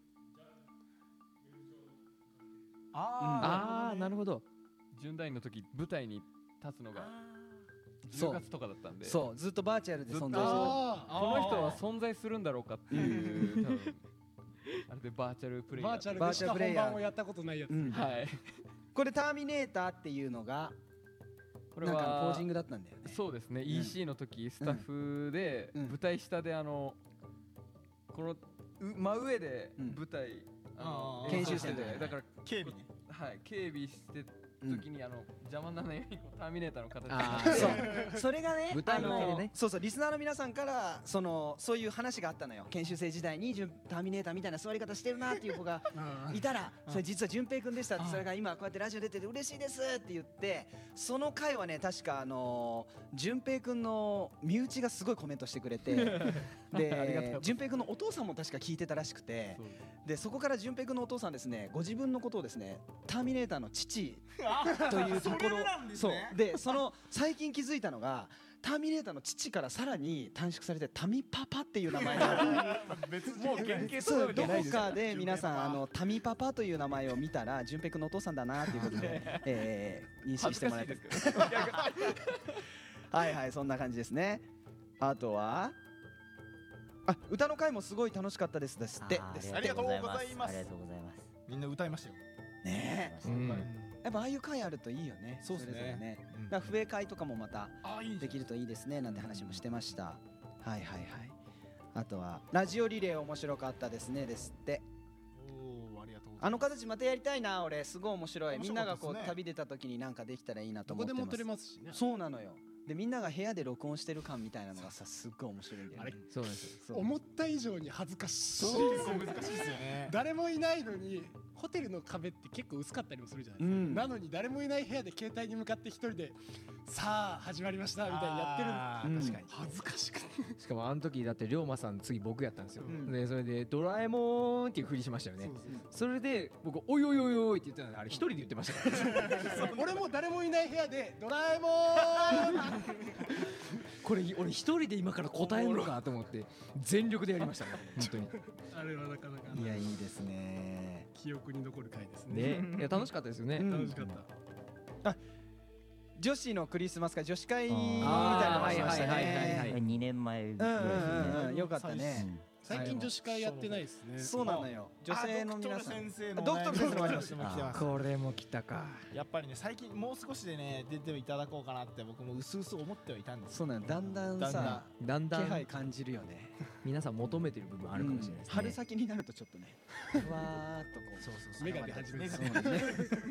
なるほど。 準団員の時舞台に立つのが10月とかだったんで、 そうずっとバーチャルで存在してる。 この人は存在するんだろうかっていう多分あれでバーチャルプレイヤー、 バーチャルでしか本番をやったことないやつ。 はい。 これターミネーターっていうのがこれはなんかポージングだったんだよね。 そうですね。EC の時スタッフで舞台下でこの真上で舞台研修してて、だから警備ね。 はい、警備して時に邪魔にならないようにターミネーターの形になって、 それがね舞台前でね、 そうリスナーの皆さんからそういう話があったのよ。研修生時代にターミネーターみたいな座り方してるなっていう子がいたら、それ実は順平くんでしたって、それが今こうやってラジオ出てて嬉しいですって言って、その回はね確か順平くんの身内がすごいコメントしてくれてで順平くんのお父さんも確か聞いてたらしくて、でそこから順平くんのお父さんですね、ご自分のことをですねターミネーターの父というところ、そうで最近気づいたのがターミネーターの父からさらに短縮されてタミパパっていう名前がもう原型そうどこかで皆さんタミパパという名前を見たら順平くんのお父さんだなっていうことで認識してもらえてはいはい、そんな感じですね。あとは歌の回もすごい楽しかったですって。 ありがとうございます。 ありがとうございます。 みんな歌いましたよね。 やっぱああいう会あるといいよね。 そうですねれぞれね。 うんだから笛会とかもまたあ、いいできるといいですねなんて話もしてました。はいはいはい。あとはラジオリレー面白かったですねですって。 おー、ありがとうございます。 あの形またやりたいな俺。すごい面白い。みんながこう面白かったですね旅出た時になんかできたらいいなとど思ってます。 こでも撮れますしね。 そうなのよ。でみんなが部屋で録音してる感みたいなのがさすっごい面白いんだよね。 そうなんですよ。 そう思った以上に恥ずかしい。 結構難しいですよね。 誰もいないのにホテルの壁って結構薄かったりもするじゃないですか、 うんなのに誰もいない部屋で携帯に向かって一人でさあ始まりましたみたいにやってるあうんー確かに。 恥ずかしくてしかもあの時だって龍馬さん次僕やったんですよ、 うんでそれでドラえもんっていうふりしましたよね。それで僕おいおいおいおいって言ってたのあれ一人で言ってましたから俺も誰もいない部屋でドラえもんこれ俺一人で今から答えるのかと思って全力でやりましたね本当に。 あれはなかなかいやいいですね。 記憶に残る回ですねね、いや楽しかったですよね。 うん楽しかった、 女子のクリスマス会女子会みたいなのもしましたはいはいはいはいね。 2年前ぐうんうんらいですね。 うんよかったね。 最近女子会やってないですねそうなのよ。女性の皆さん。 ドクトル先生のドクトル先生もありますも来てます。 これも来たか。 やっぱりね、最近もう少しでね出ていただこうかなって僕も薄々思ってはいたんです。 そうなの。だんだんだんださだんだん気配感じるよね。 皆さん求めてる部分あるかもしれないですね。 春先になるとちょっとね。ふわーっとこう。 そうそうそう。 目が出始めるそうなんね。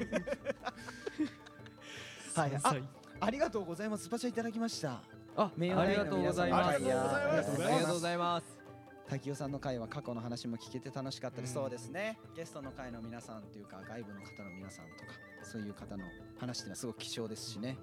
はい。ありがとうございます。スパチャいただきました。 あ名誉ありがとうございます。 ありがとうございますありがとうございます。 滝尾さんの回は過去の話も聞けて楽しかったです。 うんそうですね。ゲストの回の皆さんというか外部の方の皆さんとかそういう方の話っていうのはすごく貴重ですしね。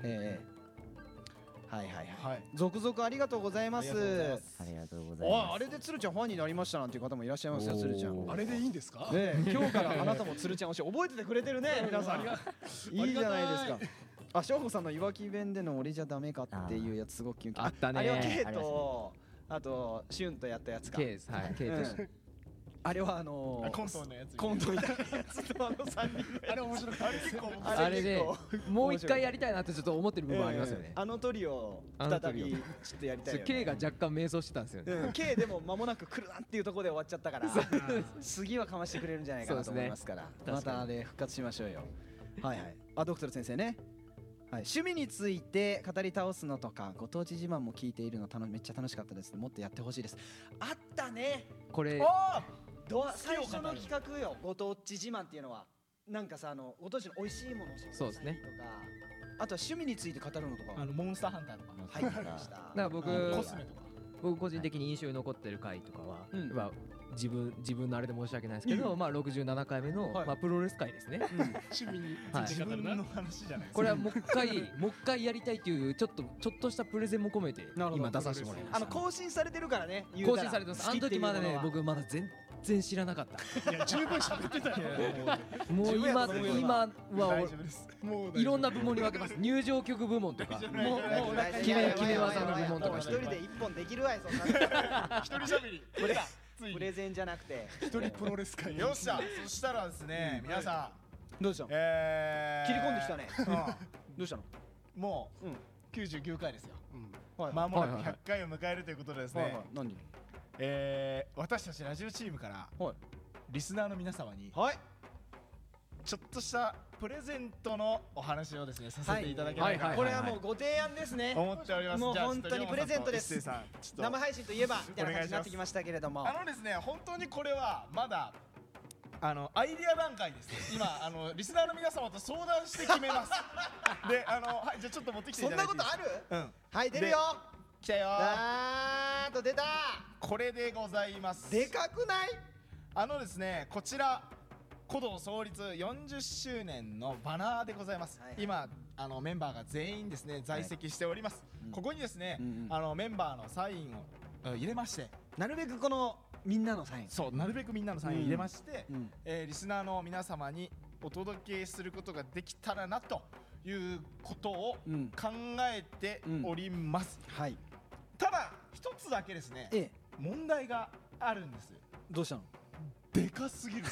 はいはいはい。 はい。 続々ありがとうございます。 ありがとうございます。 あれでつるちゃんファンになりましたなんていう方もいらっしゃいますよ。つるちゃん。 あれでいいんですか、 ねえ今日からあなたもつるちゃん推し覚えててくれてるね皆さん。いいじゃないですか。あ、しょうこさんのいわき弁での俺じゃダメかっていうやつすごくキュンキュン。 あったね。 あれは K ありまとあとシュンとやったやつか。 K です。はい。K として。 あれはコントのやつ。 コントみたいなやつの3人。 あれ面白かったあれ結構面白い。 あれで結構もう一回やりたいなってちょっと思ってる部分ありますよね。 あのトリオあのトリオ再びちょっとやりたいよね。 K が若干迷走してたんですよね。 うん K でも間もなく来るなっていうところで終わっちゃったから次はかましてくれるんじゃないかなと思いますからそうですねまたあれ復活しましょうよ。はいはい。あ、ドクトル先生ね。はい、趣味について語り倒すのとかご当地自慢も聞いているのめっちゃ楽しかったです。もっとやってほしいです。あったね。 これ最初の企画よ。ご当地自慢っていうのはなんかさご当地の美味しいものをそうですねとかあとは趣味について語るのとかモンスターハンターとか入ってました。 だから僕コスメとか。 僕個人的に印象に残ってる回とかは、 うんまあ自分のあれで申し訳ないですけど、まあ67回目の、 はいまあプロレス回ですね。 趣味にはい自分の話じゃないですか。 これはもう一回やりたいっていうちょっとしたプレゼンも込めてなるほど今出させてもらいました。 更新されてるからね。言う更たら新されてます。あの時まだね僕まだ全然知らなかった。 いや十分喋ってたよもう十分やと思うよ今は大丈夫です。 もういろんな部門に分けます。入場曲部門とか、もう決め技の部門とか一人で一本できるわいそんな一人喋り。 プレついに。 プレゼンじゃなくて。 一人プロレス界よっしゃ。そしたらですね、皆さん、 どうしたの？切り込んできたね。どうしたの？ もううん 99回ですよ。 はいまもなくはいはい 100回を迎えるということでですねはいはい。何？ 私たちラジオチームからはいリスナーの皆様にはい。 ちょっとしたプレゼントのお話をですねさせていただけないかはいこれはもうご提案ですね。 思っております。 もうじゃあ本当にプレゼントですちょっと龍馬さんと一斉さんちょっと生配信といえばみたいな感じになってきましたけれども。 ですね、本当にこれはまだアイデア段階です今リスナーの皆様と相談して決めますではい、じゃあちょっと持ってきていそんただいてないことある？ うんはい出るよ。 来たよあーっと出た。 これでございます。 でかくない？ ですね、こちら鼓動創立40周年のバナーでございます、 はい今メンバーが全員ですね在籍しております、 うんここにですね、 うんメンバーのサインを入れまして、 なるべくこのみんなのサイン。 そうなるべくみんなのサインを入れまして、 うんリスナーの皆様にお届けすることができたらなということをうん考えております、 はい。 ただ一つだけですねえ問題があるんです。 どうしたの？ でかすぎる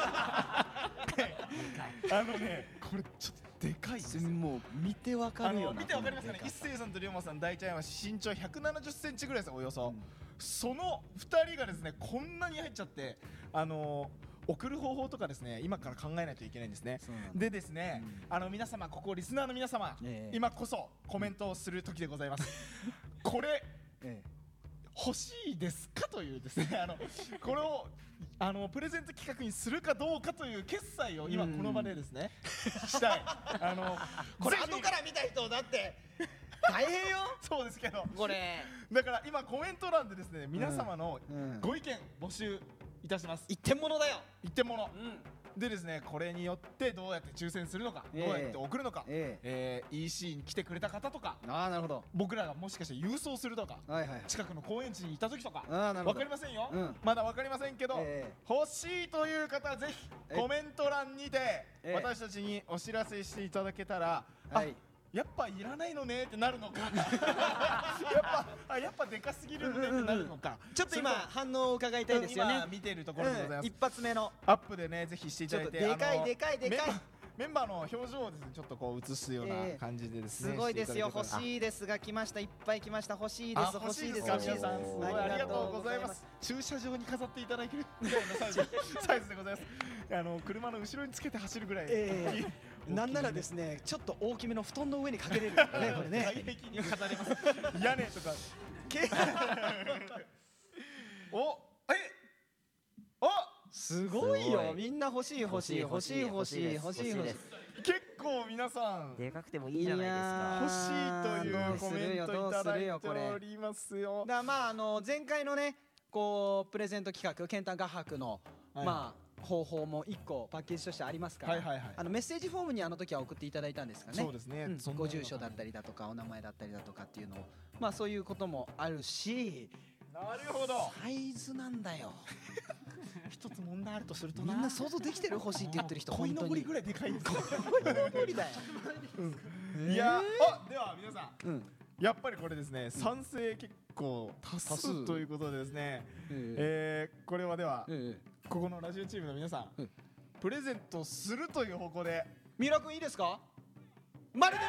これちょっとでかいですよもう見てわかるよな。 見てわかりますかね。 このでかさ一星さんと龍馬さん大ちゃんは身長170センチぐらいですおよそ、 うんその2人がですねこんなに入っちゃって送る方法とかですね今から考えないといけないんですね。でですね、皆様ここリスナーの皆様、今こそコメントをする時でございます。これ、欲しいですかというですねこれをプレゼント企画にするかどうかという決済を今この場でですねしたい。 これ後から見た人だって大変よ。 そうですけど、 これだから今コメント欄でですね皆様のご意見募集いたします。 一点物だよ。 一点物、でですねこれによってどうやって抽選するのか、どうやって送るのか、EC に来てくれた方とか、 なるほど、 僕らがもしかして郵送するとか、近くの公園地にいた時とかわかりませんよ、まだわかりませんけど、欲しいという方はぜひコメント欄にて私たちにお知らせしていただけたら、やっぱいらないのねってなるのかやっぱでかすぎるのねってなるのか、 ちょっと今反応を伺いたいですよね。 今見てるところでございます。 一発目のアップでねぜひしていただいて、 でかいでかいでかいメンバーの表情をですねちょっとこう映すような感じでですね、 すごいですよ。欲しいですが来ました。いっぱい来ました。欲しいです。 欲しいですか皆さん、すごいありがとうございます。駐車場に飾っていただけるぐらいのサイズでございます。車の後ろにつけて走るぐらい大きい。 なんならですねちょっと大きめの布団の上にかけれるねこれね。 外壁に飾れます。屋根とかおすごいよ。みんな欲しい欲しい欲しい欲しい欲しい欲しい。 結構皆さんでかくてもいいじゃないですか。欲しいというコメントいただいておりますよ。 だまあ前回のねこうプレゼント企画ケンタ画伯のまあ方法も1個パッケージとしてありますから、メッセージフォームにあの時は送っていただいたんですかね。 そうですね、 ご住所だったりだとかお名前だったりだとかっていうのをまあそういうこともあるし、 なるほどサイズなんだよ。 一つ問題あるとするとみんな想像できてる欲しいって言ってる人鯉のぼりぐらいでかいんですよ。 鯉のぼりだよ。 いやでは皆さん、やっぱりこれですね賛成結構多数ということでですね、これはではここのラジオチームの皆さんプレゼントするという方向で三浦君いいですか。まるで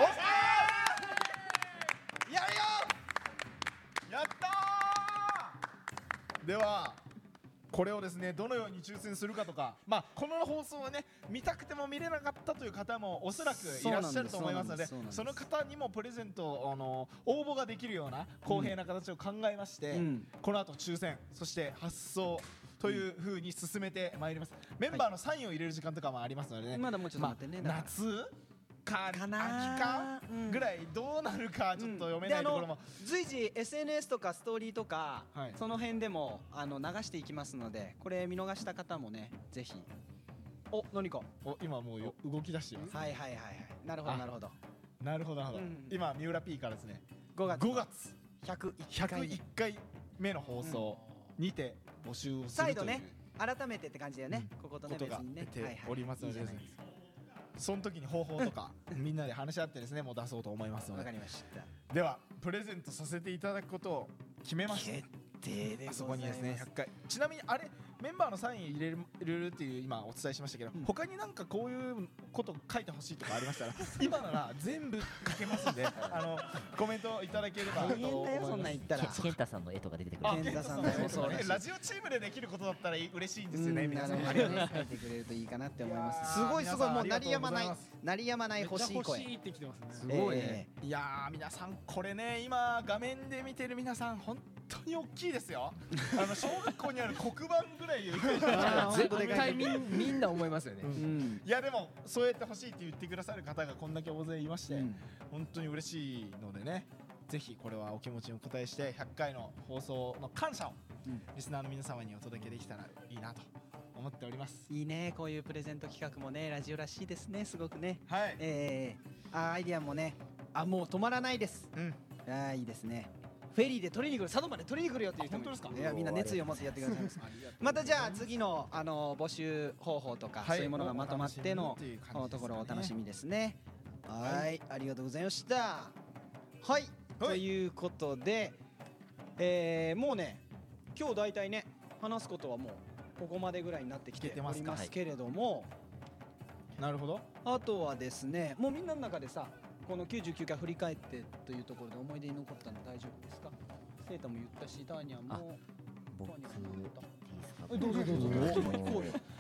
やるよ。 やったー。ではこれをですねどのように抽選するかとか、まあこの放送をね見たくても見れなかったという方もおそらくいらっしゃると思いますので、その方にもプレゼント応募ができるような公平な形を考えまして、この後抽選そして発送という風に進めてまいります。メンバーのサインを入れる時間とかもありますのでね、 まだもうちょっと待ってね。 夏か秋かぐらいどうなるかちょっと読めないところも、 随時 SNS とかストーリーとかその辺でも流していきますので、これ見逃した方もねぜひ。何か今もう動き出しています。 はいはいはいはい。なるほどなるほどなるほどなるほど。今三浦 P からですね 5月 101回目の放送にて募集をするという再度ね改めてって感じだよね。こことね別にね出ておりますので、その時に方法とかみんなで話し合ってですねもう出そうと思いますので。 わかりました。 ではプレゼントさせていただくことを決めました。 決定でございます。 あそこにですね100回。ちなみにあれメンバーのサイン入れるっていう今お伝えしましたけど、他になんかこういうこと書いてほしいとかありましたら今なら全部書けますんでコメントいただければと思います。 大変だよそんなん言ったら。 ケンタさんの絵とか出てくる。 ケンタさんの絵そうラジオチームでできることだったら嬉しいんですよね。皆さんありがとうね書いてくれるといいかなって思います。すごいすごいもう鳴りやまない欲しい声。 欲しいってきてますね。 すごいね。 いや皆さんこれね今画面で見てる皆さん本当に大きいですよ。小学校にある黒板ぐらい絶対みんな思いますよね。 いやでもそうやって欲しいって言ってくださる方がこんだけ大勢いまして、本当に嬉しいのでね、ぜひこれはお気持ちにお答えして100回の放送の感謝をリスナーの皆様にお届けできたらいいなと思っております。 いいねこういうプレゼント企画もねラジオらしいですねすごくね。 はい。 アイディアもねもう止まらないです。いいですね。フェリーで取りに来る佐渡まで取りに来るよっていう人もいる。 本当ですか。 いやみんな熱意を持ってやってくださいます。またじゃあ次の募集方法とかそういうものがまとまってのところをお楽しみですね。はいありがとうございました。はいということでもうね今日だいたいね話すことはもうここまでぐらいになってきておりますけれども、 なるほど。 あとはですねもうみんなの中でさこの99回振り返ってというところで思い出に残ったの大丈夫ですか。セータも言ったしターニャも僕どうぞどうぞ行こうよ。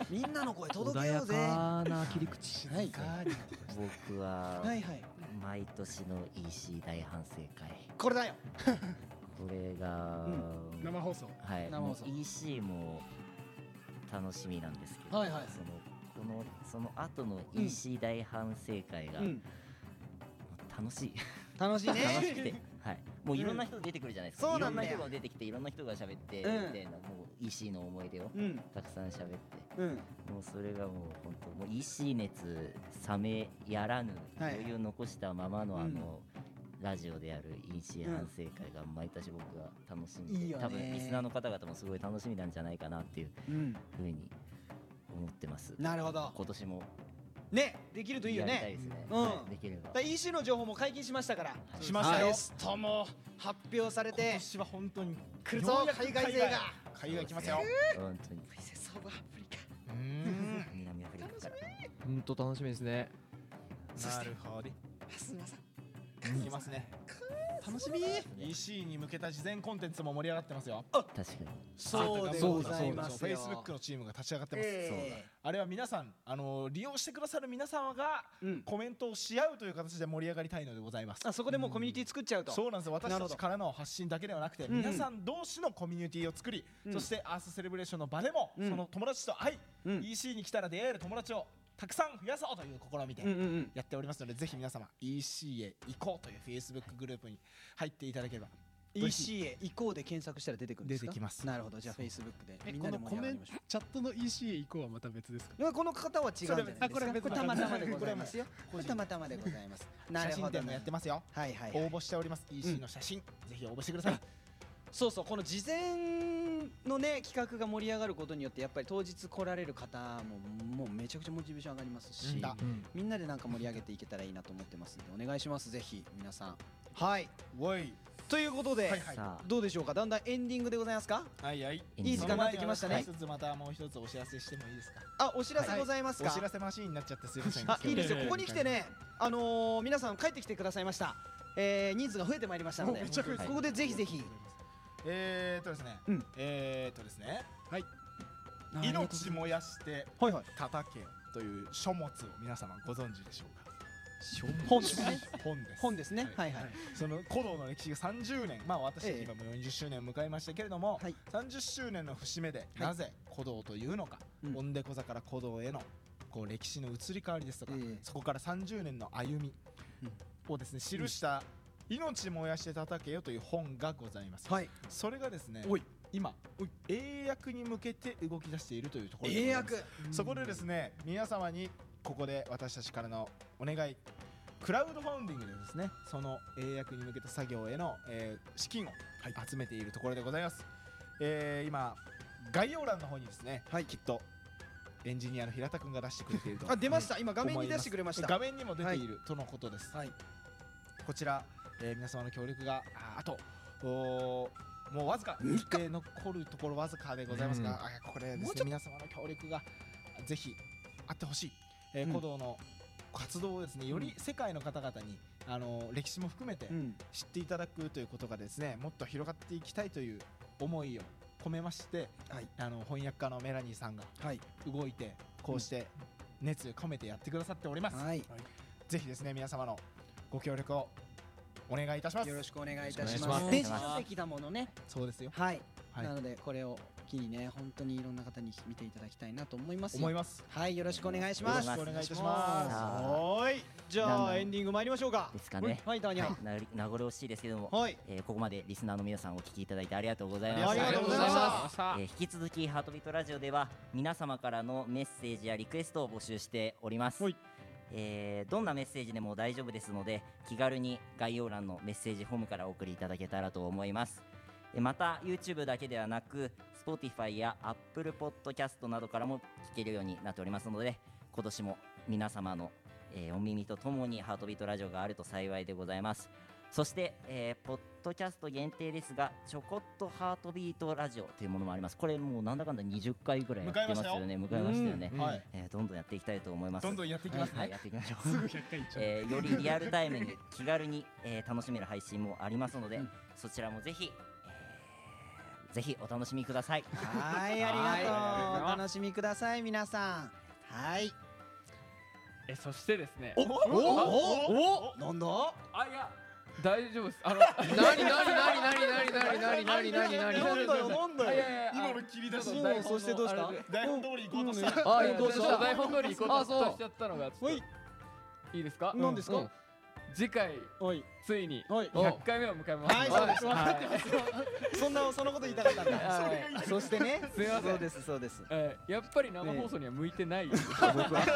みんなの声届け穏やようぜ。 かな切り口。 はい僕ははいはい。 毎年の EC 大反省会、 これだよ。 これが、 生放送。 はい、 生放送もう EC も楽しみなんですけど、 はいはいその後の EC 大反省会が、楽しい楽しいね。 楽しくて、はい、もういろんな人出てくるじゃないですか、 そうなんだよいろんな人が出てきていろんな人が喋って、みたいな、もう EC の思い出をたくさん喋って、もうそれがもう本当もう EC 熱冷めやらぬ余裕を残したままのラジオである EC 反省会が毎年僕は楽しみで、多分リスナーの方々もすごい楽しみなんじゃないかなっていうふうに思ってます。 なるほど。 今年もね、できるといいよやりたいね。 ですね、できれば。 EC の情報も解禁しましたから。 しましたよ。 ゲストも発表されて。 今年は本当に来るぞ海外勢が。 海外来ますよ。 本当に。 プリンセスオブアフリカ。 南アフリカから。 本当楽しみですね。 なるほど。 すみません。 行きますね。楽しみ。EC に向けた事前コンテンツも盛り上がってますよ。 確かに。 そうでございますよ。 Facebook のチームが立ち上がってます。あれは皆さん利用してくださる皆様がコメントをし合うという形で盛り上がりたいのでございます。 あ、そこでもうコミュニティ作っちゃうと。 そうなんですよ。私たちからの発信だけではなくて、皆さん同士のコミュニティを作り、そしてアースセレブレーションの場でもその友達と会い、EC に来たら出会える友達をたくさん増やそうという試みでやっておりますので、ぜひ皆様 EC へ行こうという Facebook グループに入っていただければ。 EC へ行こうで検索したら出てくるんですか？ 出てきます。 なるほど。じゃあ Facebook でみんこなでのコメントチャットの EC へ行こうはまた別ですか？ この方は違うんじゃないですか？これたまたまでございますよ。 これたまたまでございます。なるほど。 写真展もやってますよ。 はいはい。 応募しております。EC の写真ぜひ応募してください。 そうそう、この事前のね企画が盛り上がることによってやっぱり当日来られる方ももうめちゃくちゃモチベーション上がりますし、みんなでなんか盛り上げていけたらいいなと思ってますのでお願いします。ぜひ皆さん。はい。ということでどうでしょうか。だんだんエンディングでございますか？ はいはい。 いい時間になってきましたね。 またもう一つお知らせしてもいいですか？ あ、お知らせございますか？ お知らせマシーンになっちゃってすいません。 あ、いいですよ。ここに来てね、皆さん帰ってきてくださいました。人数が増えてまいりましたので、ここでぜひぜひ。 ですね。はい。命燃やして叩けよという書物を皆様ご存知でしょうか？ 本ですね。 本ですね。はいはい。 その古道の歴史が30年、まあ私今も40周年を迎えましたけれども、30周年の節目でなぜ古道というのか、オンデコ座から古道へのこう歴史の移り変わりですとか、そこから30年の歩みをですね記した命燃やして叩けよという本がございます。それがですね、今英訳に向けて動き出しているというところでございます。そこでですね、皆様にここで私たちからのお願い、クラウドファウンディングでですね、その英訳に向けた作業への資金を集めているところでございます。今概要欄の方にですね、きっとエンジニアの平田君が出してくれていると。あ、 出ました。今画面に出してくれました。 画面にも出ているとのことです。こちら皆様の協力があともうわずか日程残るところわずかでございますが、これですね、皆様の協力がぜひあってほしい。古道の活動をですね、より世界の方々に歴史も含めて知っていただくということがですね、もっと広がっていきたいという思いを込めまして、翻訳家のメラニーさんが動いてこうして熱意を込めてやってくださっております。ぜひですね、皆様のご協力をお願いいたします。 よろしくお願いいたします。電子書籍だものね。 そうですよ。 はい。なのでこれを機にね、本当にいろんな方に見ていただきたいなと思います。はい、よろしくお願いします。 よろしくお願いいたします。 はい。じゃあエンディング参りましょうか。 ですかね。 はい、たにゃん。 名残惜しいですけども、ここまでリスナーの皆さんお聞きいただいてありがとうございます。ありがとうございました。引き続きハートビートラジオでは皆様からのメッセージやリクエストを募集しております。どんなメッセージでも大丈夫ですので、気軽に概要欄のメッセージフォームからお送りいただけたらと思います。また YouTube だけではなく Spotify や Apple Podcast などからも聞けるようになっておりますので、今年も皆様の、お耳とともにハートビートラジオがあると幸いでございます。そして、ポッドキャスト限定ですが、ちょこっとハートビートラジオというものもあります。これもうなんだかんだ20回ぐらいやってますよね。迎えましたよね。どんどんやっていきたいと思います。 どんどんやっていきますね。 はい、やっていきましょう。すぐ100回いっちゃう。よりリアルタイムに気軽に、楽しめる配信もありますので、そちらもぜひ、 ぜひお楽しみください。 はい、ありがとう。お楽しみください皆さん。はい。 そしてですね、 おなんだ。 あ、いや大丈夫です。 何今の切り出し。 そしてどうした。 台本通り行こうとした。 台本通り行こうとしちゃったのが、いいですか。 何ですか。 次回ついに100回目を迎えます。 はい、そうです。分かってますよ。そんなこと言いたかったんだ。そしてね、 すみません。 そうです。 やっぱり生放送には向いてない。僕は。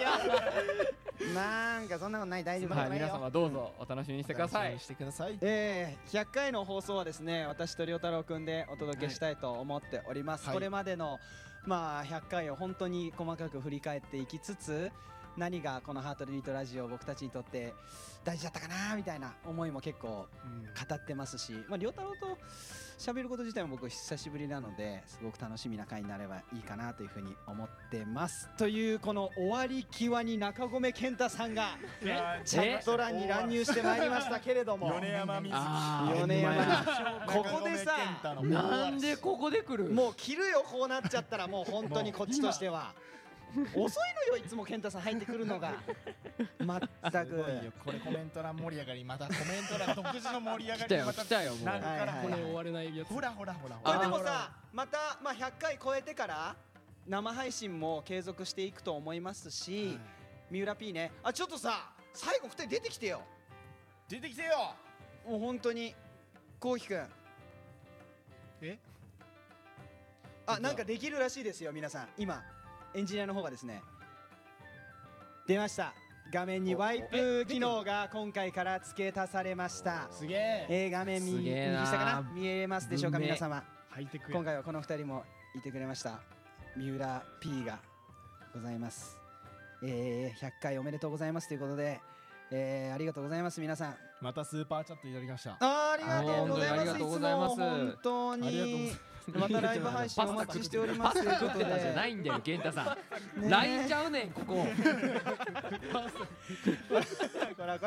なんかそんなことない、大丈夫。 皆様どうぞお楽しみにしてください。 100回の放送はですね、私と亮太郎くんでお届けしたいと思っております。これまでの100回を本当に細かく振り返っていきつつ、何がこのハートビートラジオ僕たちにとって大事だったかなみたいな思いも結構語ってますし、亮太郎と喋ること自体も僕久しぶりなので、すごく楽しみな回になればいいかなというふうに思ってます。というこの終わり際に中込健太さんがチャット欄に乱入してまいりましたけれども、 米山瑞希、ここでさ、 なんでここで来る。 もう切るよ、こうなっちゃったら。もう本当にこっちとしては遅いのよ、いつも健太さん入ってくるのが。まったくこれコメント欄盛り上がり、またコメント欄独自の盛り上がり、また来たよもう。 なんからこれ終われないやつ。 ほらこれでもさ、また100回超えてから生配信も継続していくと思いますし、三浦 P ね、ちょっとさ、最後2人出てきてよ。 出てきてよ。 もう本当にこうきくん、なんかできるらしいですよ。皆さん今エンジニアの方がですね、出ました。画面にワイプ機能が今回から付け足されました。 すげえ。 画面右下かな、見えますでしょうか皆様。 ハイテク。 今回はこの2人もいてくれました。三浦 P がございます。100回おめでとうございますということで、ありがとうございます皆さん。 またスーパーチャットいただきました。 ありがとうございます。いつも本当にまたライブ配信お待ちしておりますということで。 じゃないんだよ健太さん。LINE ちゃうねんここ。 こら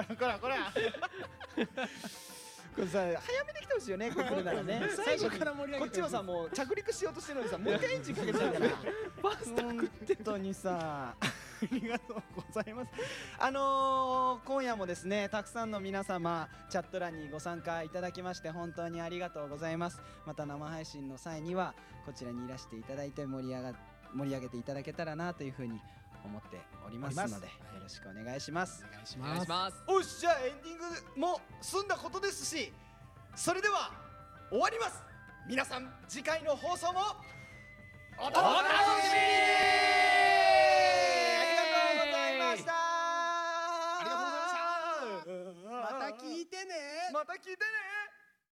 これさ、早めに来てほしいよね、これ来るならね。最初から盛り上げて、こっちはさ、もう着陸しようとしてるのにさ、もう一回エンジンかけちゃうから。パスタ食ってとにさ、ありがとうございます。今夜もですね、たくさんの皆様チャット欄にご参加いただきまして本当にありがとうございます。また生配信の際にはこちらにいらしていただいて盛り上げていただけたらなというふうに思っておりますので、よろしくお願いします。 お願いします。 おっしゃ、エンディングも済んだことですし、それでは終わります。皆さん次回の放送もお楽しみに。